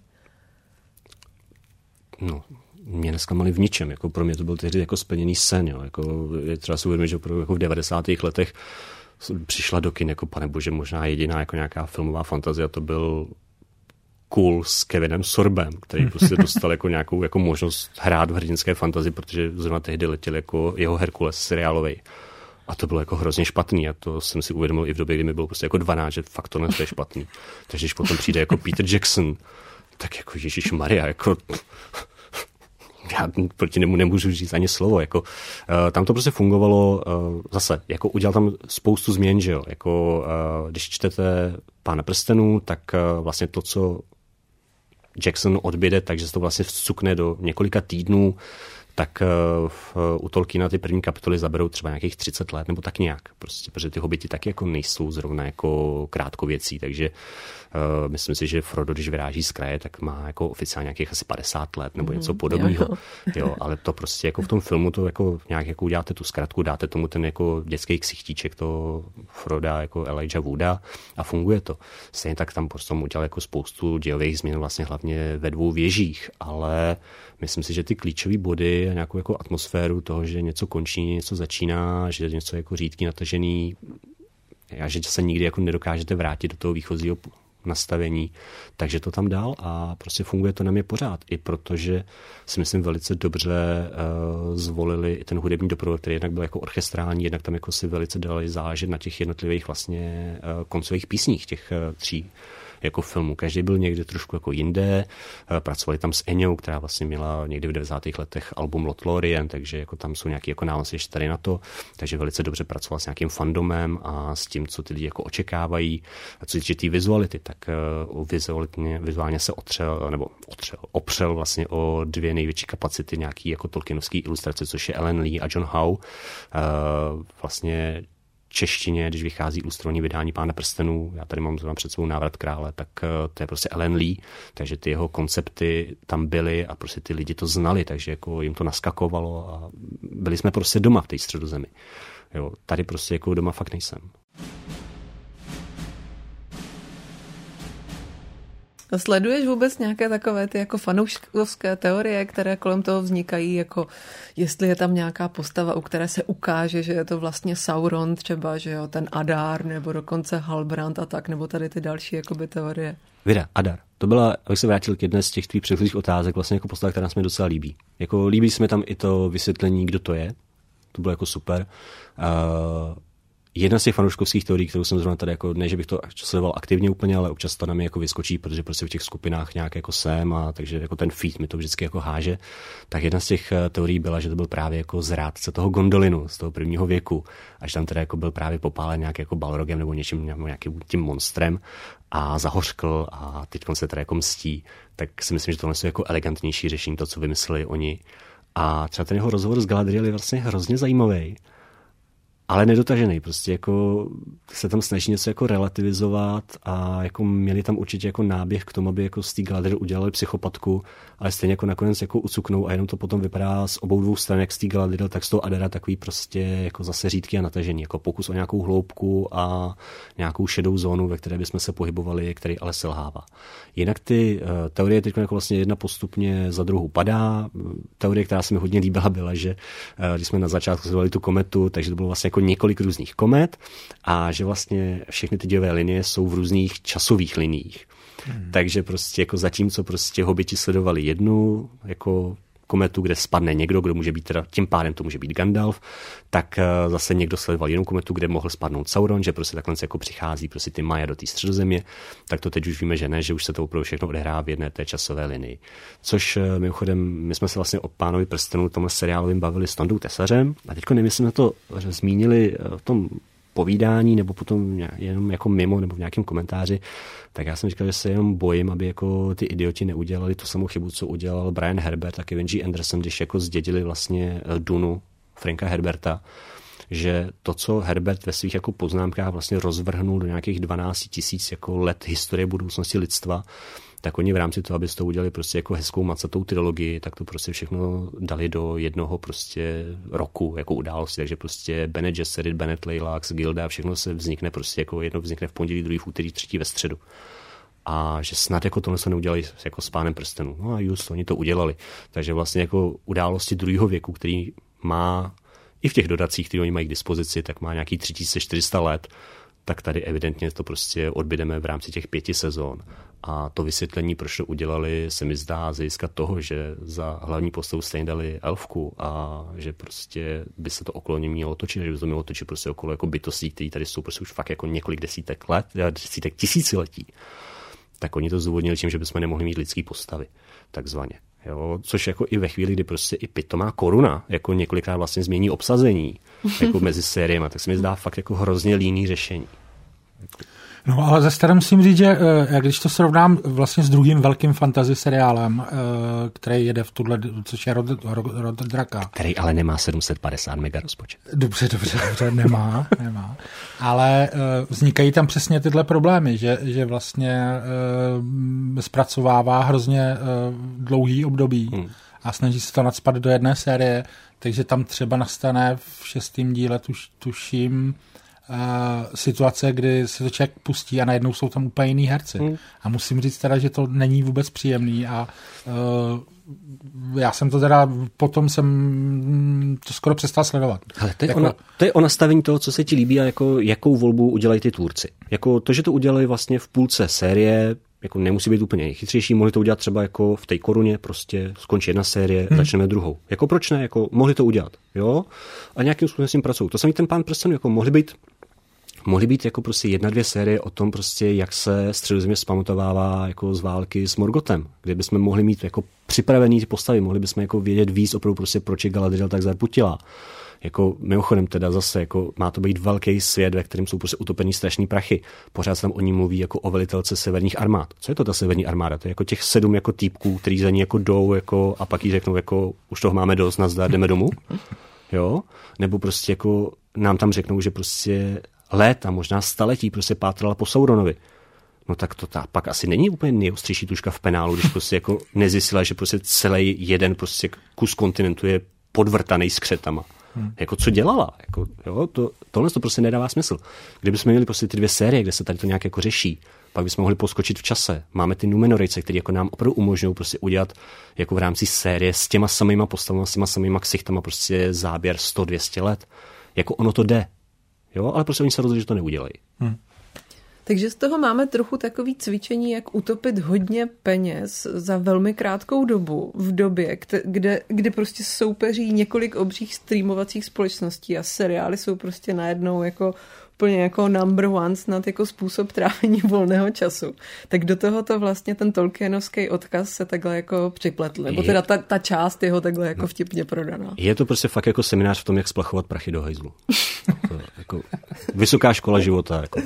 No, mě nesklamaly v ničem. Jako pro mě to byl tehdy jako splněný sen. Jo. Jako, je třeba si uvědomit, že jako v devadesátých letech přišla do kin, jako panebože, možná jediná jako nějaká filmová fantazia, to byl Cool s Kevinem Sorbem, který prostě dostal jako nějakou jako možnost hrát v hrdinské fantazii, protože zrovna tehdy letěl jako jeho Herkules seriálovej. A to bylo jako hrozně špatný. A to jsem si uvědomil i v době, kdy mi bylo prostě jako dvanáct, že fakt to je špatný. Takže když potom přijde jako Peter Jackson, tak jako Ježišmarja, jako já proti němu nemůžu říct ani slovo. Jako, uh, tam to prostě fungovalo uh, zase, jako udělal tam spoustu změn, že jo. Jako, uh, když čtete Pána prstenů, tak uh, vlastně to, co Jackson odběde, takže se to vlastně vcukne do několika týdnů, tak v, u Tolkiena ty první kapitoly zaberou třeba nějakých třicet let, nebo tak nějak. Prostě, protože ty hobiti taky jako nejsou zrovna jako krátkověcí, takže uh, myslím si, že Frodo, když vyráží z kraje, tak má jako oficiálně nějakých asi padesát let, nebo něco podobného. Jo, jo. jo, ale to prostě jako v tom filmu to jako nějak jako uděláte tu zkratku, dáte tomu ten jako dětský ksichtíček toho Froda, jako Elijah Wooda a funguje to. Stejně tak tam prostě udělal jako spoustu dějových změn vlastně hlavně ve dvou věžích, ale myslím si, že ty klíčové body a nějakou jako atmosféru toho, že něco končí, něco začíná, že něco jako řídký, natažený, a že se nikdy jako nedokážete vrátit do toho výchozího nastavení, takže to tam dál a prostě funguje to na mě pořád. I protože si myslím velice dobře uh, zvolili i ten hudební doprovod, který jednak byl jako orchestrální, jednak tam jako si velice dali záležet na těch jednotlivých vlastně uh, koncových písních těch uh, tří jako filmu. Každý byl někde trošku jako jinde. Pracovali tam s Eňou, která vlastně měla někdy v devadesátých letech album Lothlórien, takže jako tam jsou nějaký jako návazky ještě tady na to. Takže velice dobře pracoval s nějakým fandomem a s tím, co ty lidi jako očekávají. A co týče té vizuality, tak uh, vizuálně, vizuálně se otřel, nebo otřel, opřel vlastně o dvě největší kapacity nějaký jako Tolkienovský ilustrace, což je Alan Lee a John Howe. Uh, vlastně češtině, když vychází ilustrovaný vydání Pána prstenů, já tady mám před sebou Návrat krále, tak to je prostě Alan Lee, takže ty jeho koncepty tam byly a prostě ty lidi to znali, takže jako jim to naskakovalo a byli jsme prostě doma v té Středozemi. Jo, tady prostě jako doma fakt nejsem. Sleduješ vůbec nějaké takové ty jako fanouškovské teorie, které kolem toho vznikají, jako jestli je tam nějaká postava, u které se ukáže, že je to vlastně Sauron třeba, že jo, ten Adar, nebo dokonce Halbrand a tak, nebo tady ty další jakoby teorie? Vida, Adar. To byla, abych se vrátil k jedné z těch tvých předchozích otázek, vlastně jako postava, která se mi docela líbí. Jako líbí se mi tam i to vysvětlení, kdo to je. To bylo jako super. Uh, Jedna z těch fanouškovských teorií, kterou jsem zrovna tady, jako, ne, že bych to sledoval aktivně úplně, ale občas to na mě jako vyskočí, protože prostě v těch skupinách nějak jako jsem a takže jako ten feed mi to vždycky jako háže. Tak jedna z těch teorií byla, že to byl právě jako zrádce toho Gondolinu z toho prvního věku, až tam teda jako byl právě popálen nějak jako balrogem nebo něčím, nějakým tím monstrem a zahořkl a teď se teda jako mstí. Tak si myslím, že tohle je jako elegantnější řešení, to, co vymysleli oni. A třeba ten jeho rozhovor s Galadriel je vlastně hrozně zajímavý. Ale nedotažený, prostě jako se tam snaží něco jako relativizovat a jako měli tam určitě jako náběh k tomu, aby jako z té Galadriel udělali psychopatku, ale stejně jako nakonec jako ucuknou a jenom to potom vypadá z obou dvou stran, jak z té Galadriel, tak z toho Adara takový prostě jako zase řídký a natažený, jako pokus o nějakou hloubku a nějakou šedou zónu, ve které bychom se pohybovali, který ale selhává. Jinak ty uh, teorie teď jako vlastně jedna postupně za druhou padá. Teorie, která se mi hodně líbila, byla, že uh, když jsme na začátku sledovali tu kometu, takže to bylo vlastně jako několik různých komet a že vlastně všechny ty dějové linie jsou v různých časových liniích. Hmm. Takže prostě jako zatímco prostě hobiti sledovali jednu jako kometu, kde spadne někdo, kdo může být teda, tím pádem to může být Gandalf, tak uh, zase někdo sledoval jinou kometu, kde mohl spadnout Sauron, že prostě takhle jako přichází prostě ty Maja do té Středozemě, tak to teď už víme, že ne, že už se to opravdu všechno odehrává v jedné té časové linii. Což uh, mimochodem, my jsme se vlastně o Pánovi prstenů tomhle seriálovým bavili s Tondou Tesařem a teďko nevím, jestli jsme to zmínili v tom povídání nebo potom jenom jako mimo nebo v nějakém komentáři, tak já jsem říkal, že se jenom bojím, aby jako ty idioti neudělali tu samou chybu, co udělal Brian Herbert a Kevin G. Anderson, když jako zdědili vlastně Dunu Franka Herberta, že to, co Herbert ve svých jako poznámkách vlastně rozvrhnul do nějakých dvanáct tisíc jako let historie budoucnosti lidstva, tak oni v rámci toho, aby to udělali prostě jako hezkou macatou trilogii, tak to prostě všechno dali do jednoho prostě roku jako události, takže prostě Bene Gesserit, Bene Tleilax, Gilda, všechno se vznikne prostě jako jedno vznikne v pondělí, druhý v úterý, třetí ve středu. A že snad jako tohle se neudělali jako s Pánem prstenů. No a just, oni to udělali. Takže vlastně jako události druhého věku, který má i v těch dodacích, které oni mají k dispozici, tak má nějaký tři tisíce čtyři sta let, tak tady evidentně to prostě odbydeme v rámci těch pěti sezón. A to vysvětlení, proč to udělali, se mi zdá z hlediska toho, že za hlavní postavu stejně dali elfku a že prostě by se to okolo ní mělo točit, že by to mělo točit prostě okolo jako bytostí, které tady jsou prostě už fakt jako několik desítek let, desítek tisíciletí. Tak oni to zdůvodnili tím, že bychom nemohli mít lidský postavy, takzvaně. Jo, což jako i ve chvíli, kdy prostě i pitomá Koruna jako několikrát vlastně změní obsazení jako mezi sériemi, tak se mi zdá fakt jako hrozně líný řešení. No ale ze starém musím říct, že jak když to srovnám vlastně s druhým velkým fantasy seriálem, který jede v tuhle, což je Rod, Rod, Rod Draka. Který ale nemá sedm set padesát mega rozpočet. Dobře, dobře, dobře, nemá, nemá. Ale vznikají tam přesně tyhle problémy, že, že vlastně zpracovává hrozně dlouhý období hmm. a snaží se to nacpat do jedné série, takže tam třeba nastane v šestém díle, tuš, tuším, Uh, situace, kdy se to člověk pustí a najednou jsou tam úplně jiný herci. Hmm. A musím říct teda, že to není vůbec příjemný a uh, já jsem to teda, potom jsem to skoro přestal sledovat. Ale to je, jako... ona, to je o nastavení toho, co se ti líbí a jako, jakou volbu udělají ty tvůrci. Jako to, že to udělali vlastně v půlce série, jako nemusí být úplně nejchytřejší, mohli to udělat třeba jako v té Koruně, prostě skončí jedna série, hmm. začneme druhou. Jako proč ne, jako mohli to udělat, jo? A nějakým způsobem s tím pracují. To samý ten Pán prstenů, jako mohli být Mohly být jako prostě jedna, dvě série o tom prostě, jak se Středozemě vzpamatovává jako z války s Morgotem, kde bychom mohli mít jako připravený ty postavy, mohli bychom jako vědět víc opravdu prostě, proč je Galadriel tak zarputila. Jako mimochodem teda zase jako má to být velký svět, ve kterém jsou prostě utopený strašný prachy. Pořád se tam o ní mluví jako o velitelce severních armád. Co je to ta severní armáda? To je jako těch sedm jako týpků, kteří za ní jako jdou jako, a pak jí řeknou jako už toho máme dost, nazdar, jdeme domů. Jo? Nebo prostě jako nám tam řeknou, že prostě léta, možná staletí prostě pátrala po Sauronovi. No tak to ta, pak asi není úplně nejostřejší tuška v penálu, když prostě jako nezjistila, že prostě celý jeden prostě kus kontinentu je podvrtaný skřetama. Hmm. Jako co dělala? Jako, jo, to, tohle to prostě nedává smysl. Kdybychom měli prostě ty dvě série, kde se tady to nějak jako řeší, pak bychom mohli poskočit v čase. Máme ty Numenorice, které jako nám opravdu umožňují prostě udělat jako v rámci série s těma samýma postavami, s těma samýma ksichtama prostě záběr sto dvě stě let. Jako ono to jde. Jo, ale prostě oni se rozhodli, že to neudělají. Hmm. Takže z toho máme trochu takový cvičení, jak utopit hodně peněz za velmi krátkou dobu, v době, kde, kde prostě soupeří několik obřích streamovacích společností a seriály jsou prostě najednou jako úplně jako number one snad jako způsob trávení volného času. Tak do tohoto vlastně ten Tolkienovský odkaz se takhle jako připletl. Nebo teda ta, ta část jeho takhle jako vtipně prodaná. Je to prostě fakt jako seminář v tom, jak splachovat prachy do hajzlu. To jako vysoká škola života. Jako.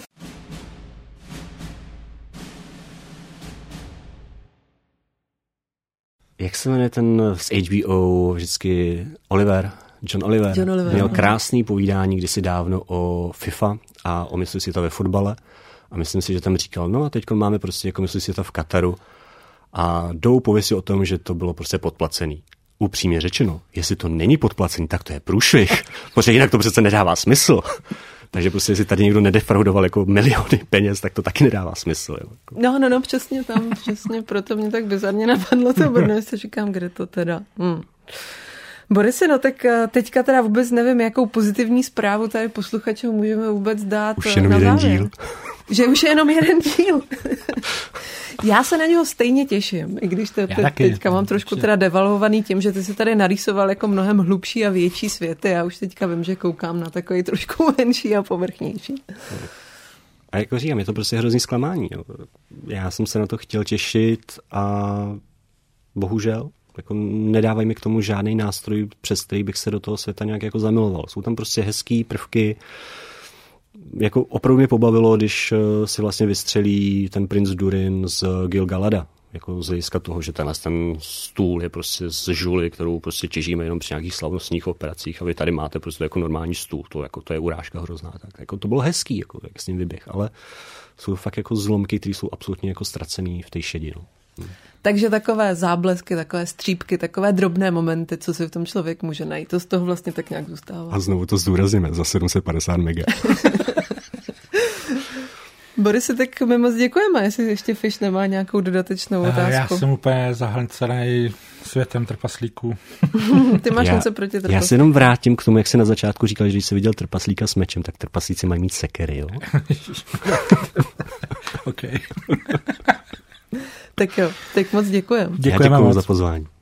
Jak se jmenuje ten z H B O vždycky Oliver? John Oliver. John Oliver. Měl krásný povídání kdysi dávno o FIFA a o mistrovství světa ve fotbale. A myslím si, že tam říkal, no a teď máme prostě jako mistrovství světa v Kataru a jdou pověsti o tom, že to bylo prostě podplacený. Upřímně řečeno, jestli to není podplacený, tak to je průšvih, protože jinak to přece nedává smysl. Takže prostě, jestli tady někdo nedefraudoval jako miliony peněz, tak to taky nedává smysl. Jo. No, no, no, přesně tam, přesně, proto mě tak bizarně napadlo to, protože si říkám, kde to teda. Hmm. Borise, no tak teďka teda vůbec nevím, jakou pozitivní zprávu tady posluchačům můžeme vůbec dát. Už jenom na jeden závěr. díl. Že už je jenom jeden díl. Já se na něho stejně těším, i když to te, teďka mám trošku teda devalvovaný tím, že ty si tady narýsoval jako mnohem hlubší a větší světy. Já už teďka vím, že koukám na takový trošku menší a povrchnější. A jako říkám, je to prostě hrozný zklamání. Jo. Já jsem se na to chtěl těšit a bohužel jako nedávají mi k tomu žádný nástroj, přes který bych se do toho světa nějak jako zamiloval. Jsou tam prostě hezký prvky, jako opravdu mě pobavilo, když si vlastně vystřelí ten princ Durin z Gil-galada. Jako z hlediska toho, že tenhle ten stůl je prostě z žuly, kterou prostě těžíme jenom při nějakých slavnostních operacích a vy tady máte prostě jako normální stůl. To, jako, to je urážka hrozná. Tak jako to bylo hezký, jako, jak s ním vyběh, ale jsou fakt jako zlomky, které jsou absolutně jako ztracený v té šedi. No. Hmm. Takže takové záblesky, takové střípky, takové drobné momenty, co si v tom člověk může najít, to z toho vlastně tak nějak zůstává. A znovu to zdůrazníme, za sedm set padesát mega. Borisy, tak my moc děkujeme, jestli ještě Fish nemá nějakou dodatečnou otázku. Já jsem úplně zahlcený světem trpaslíků. Ty máš já, něco proti trpaslíkům. Já se jenom vrátím k tomu, jak jsi na začátku říkal, že když jsi viděl trpaslíka s mečem, tak trpaslíci mají mít sekery, jo? OK. Tak jo, tak moc děkujem. Děkujeme Děkujeme za pozvání.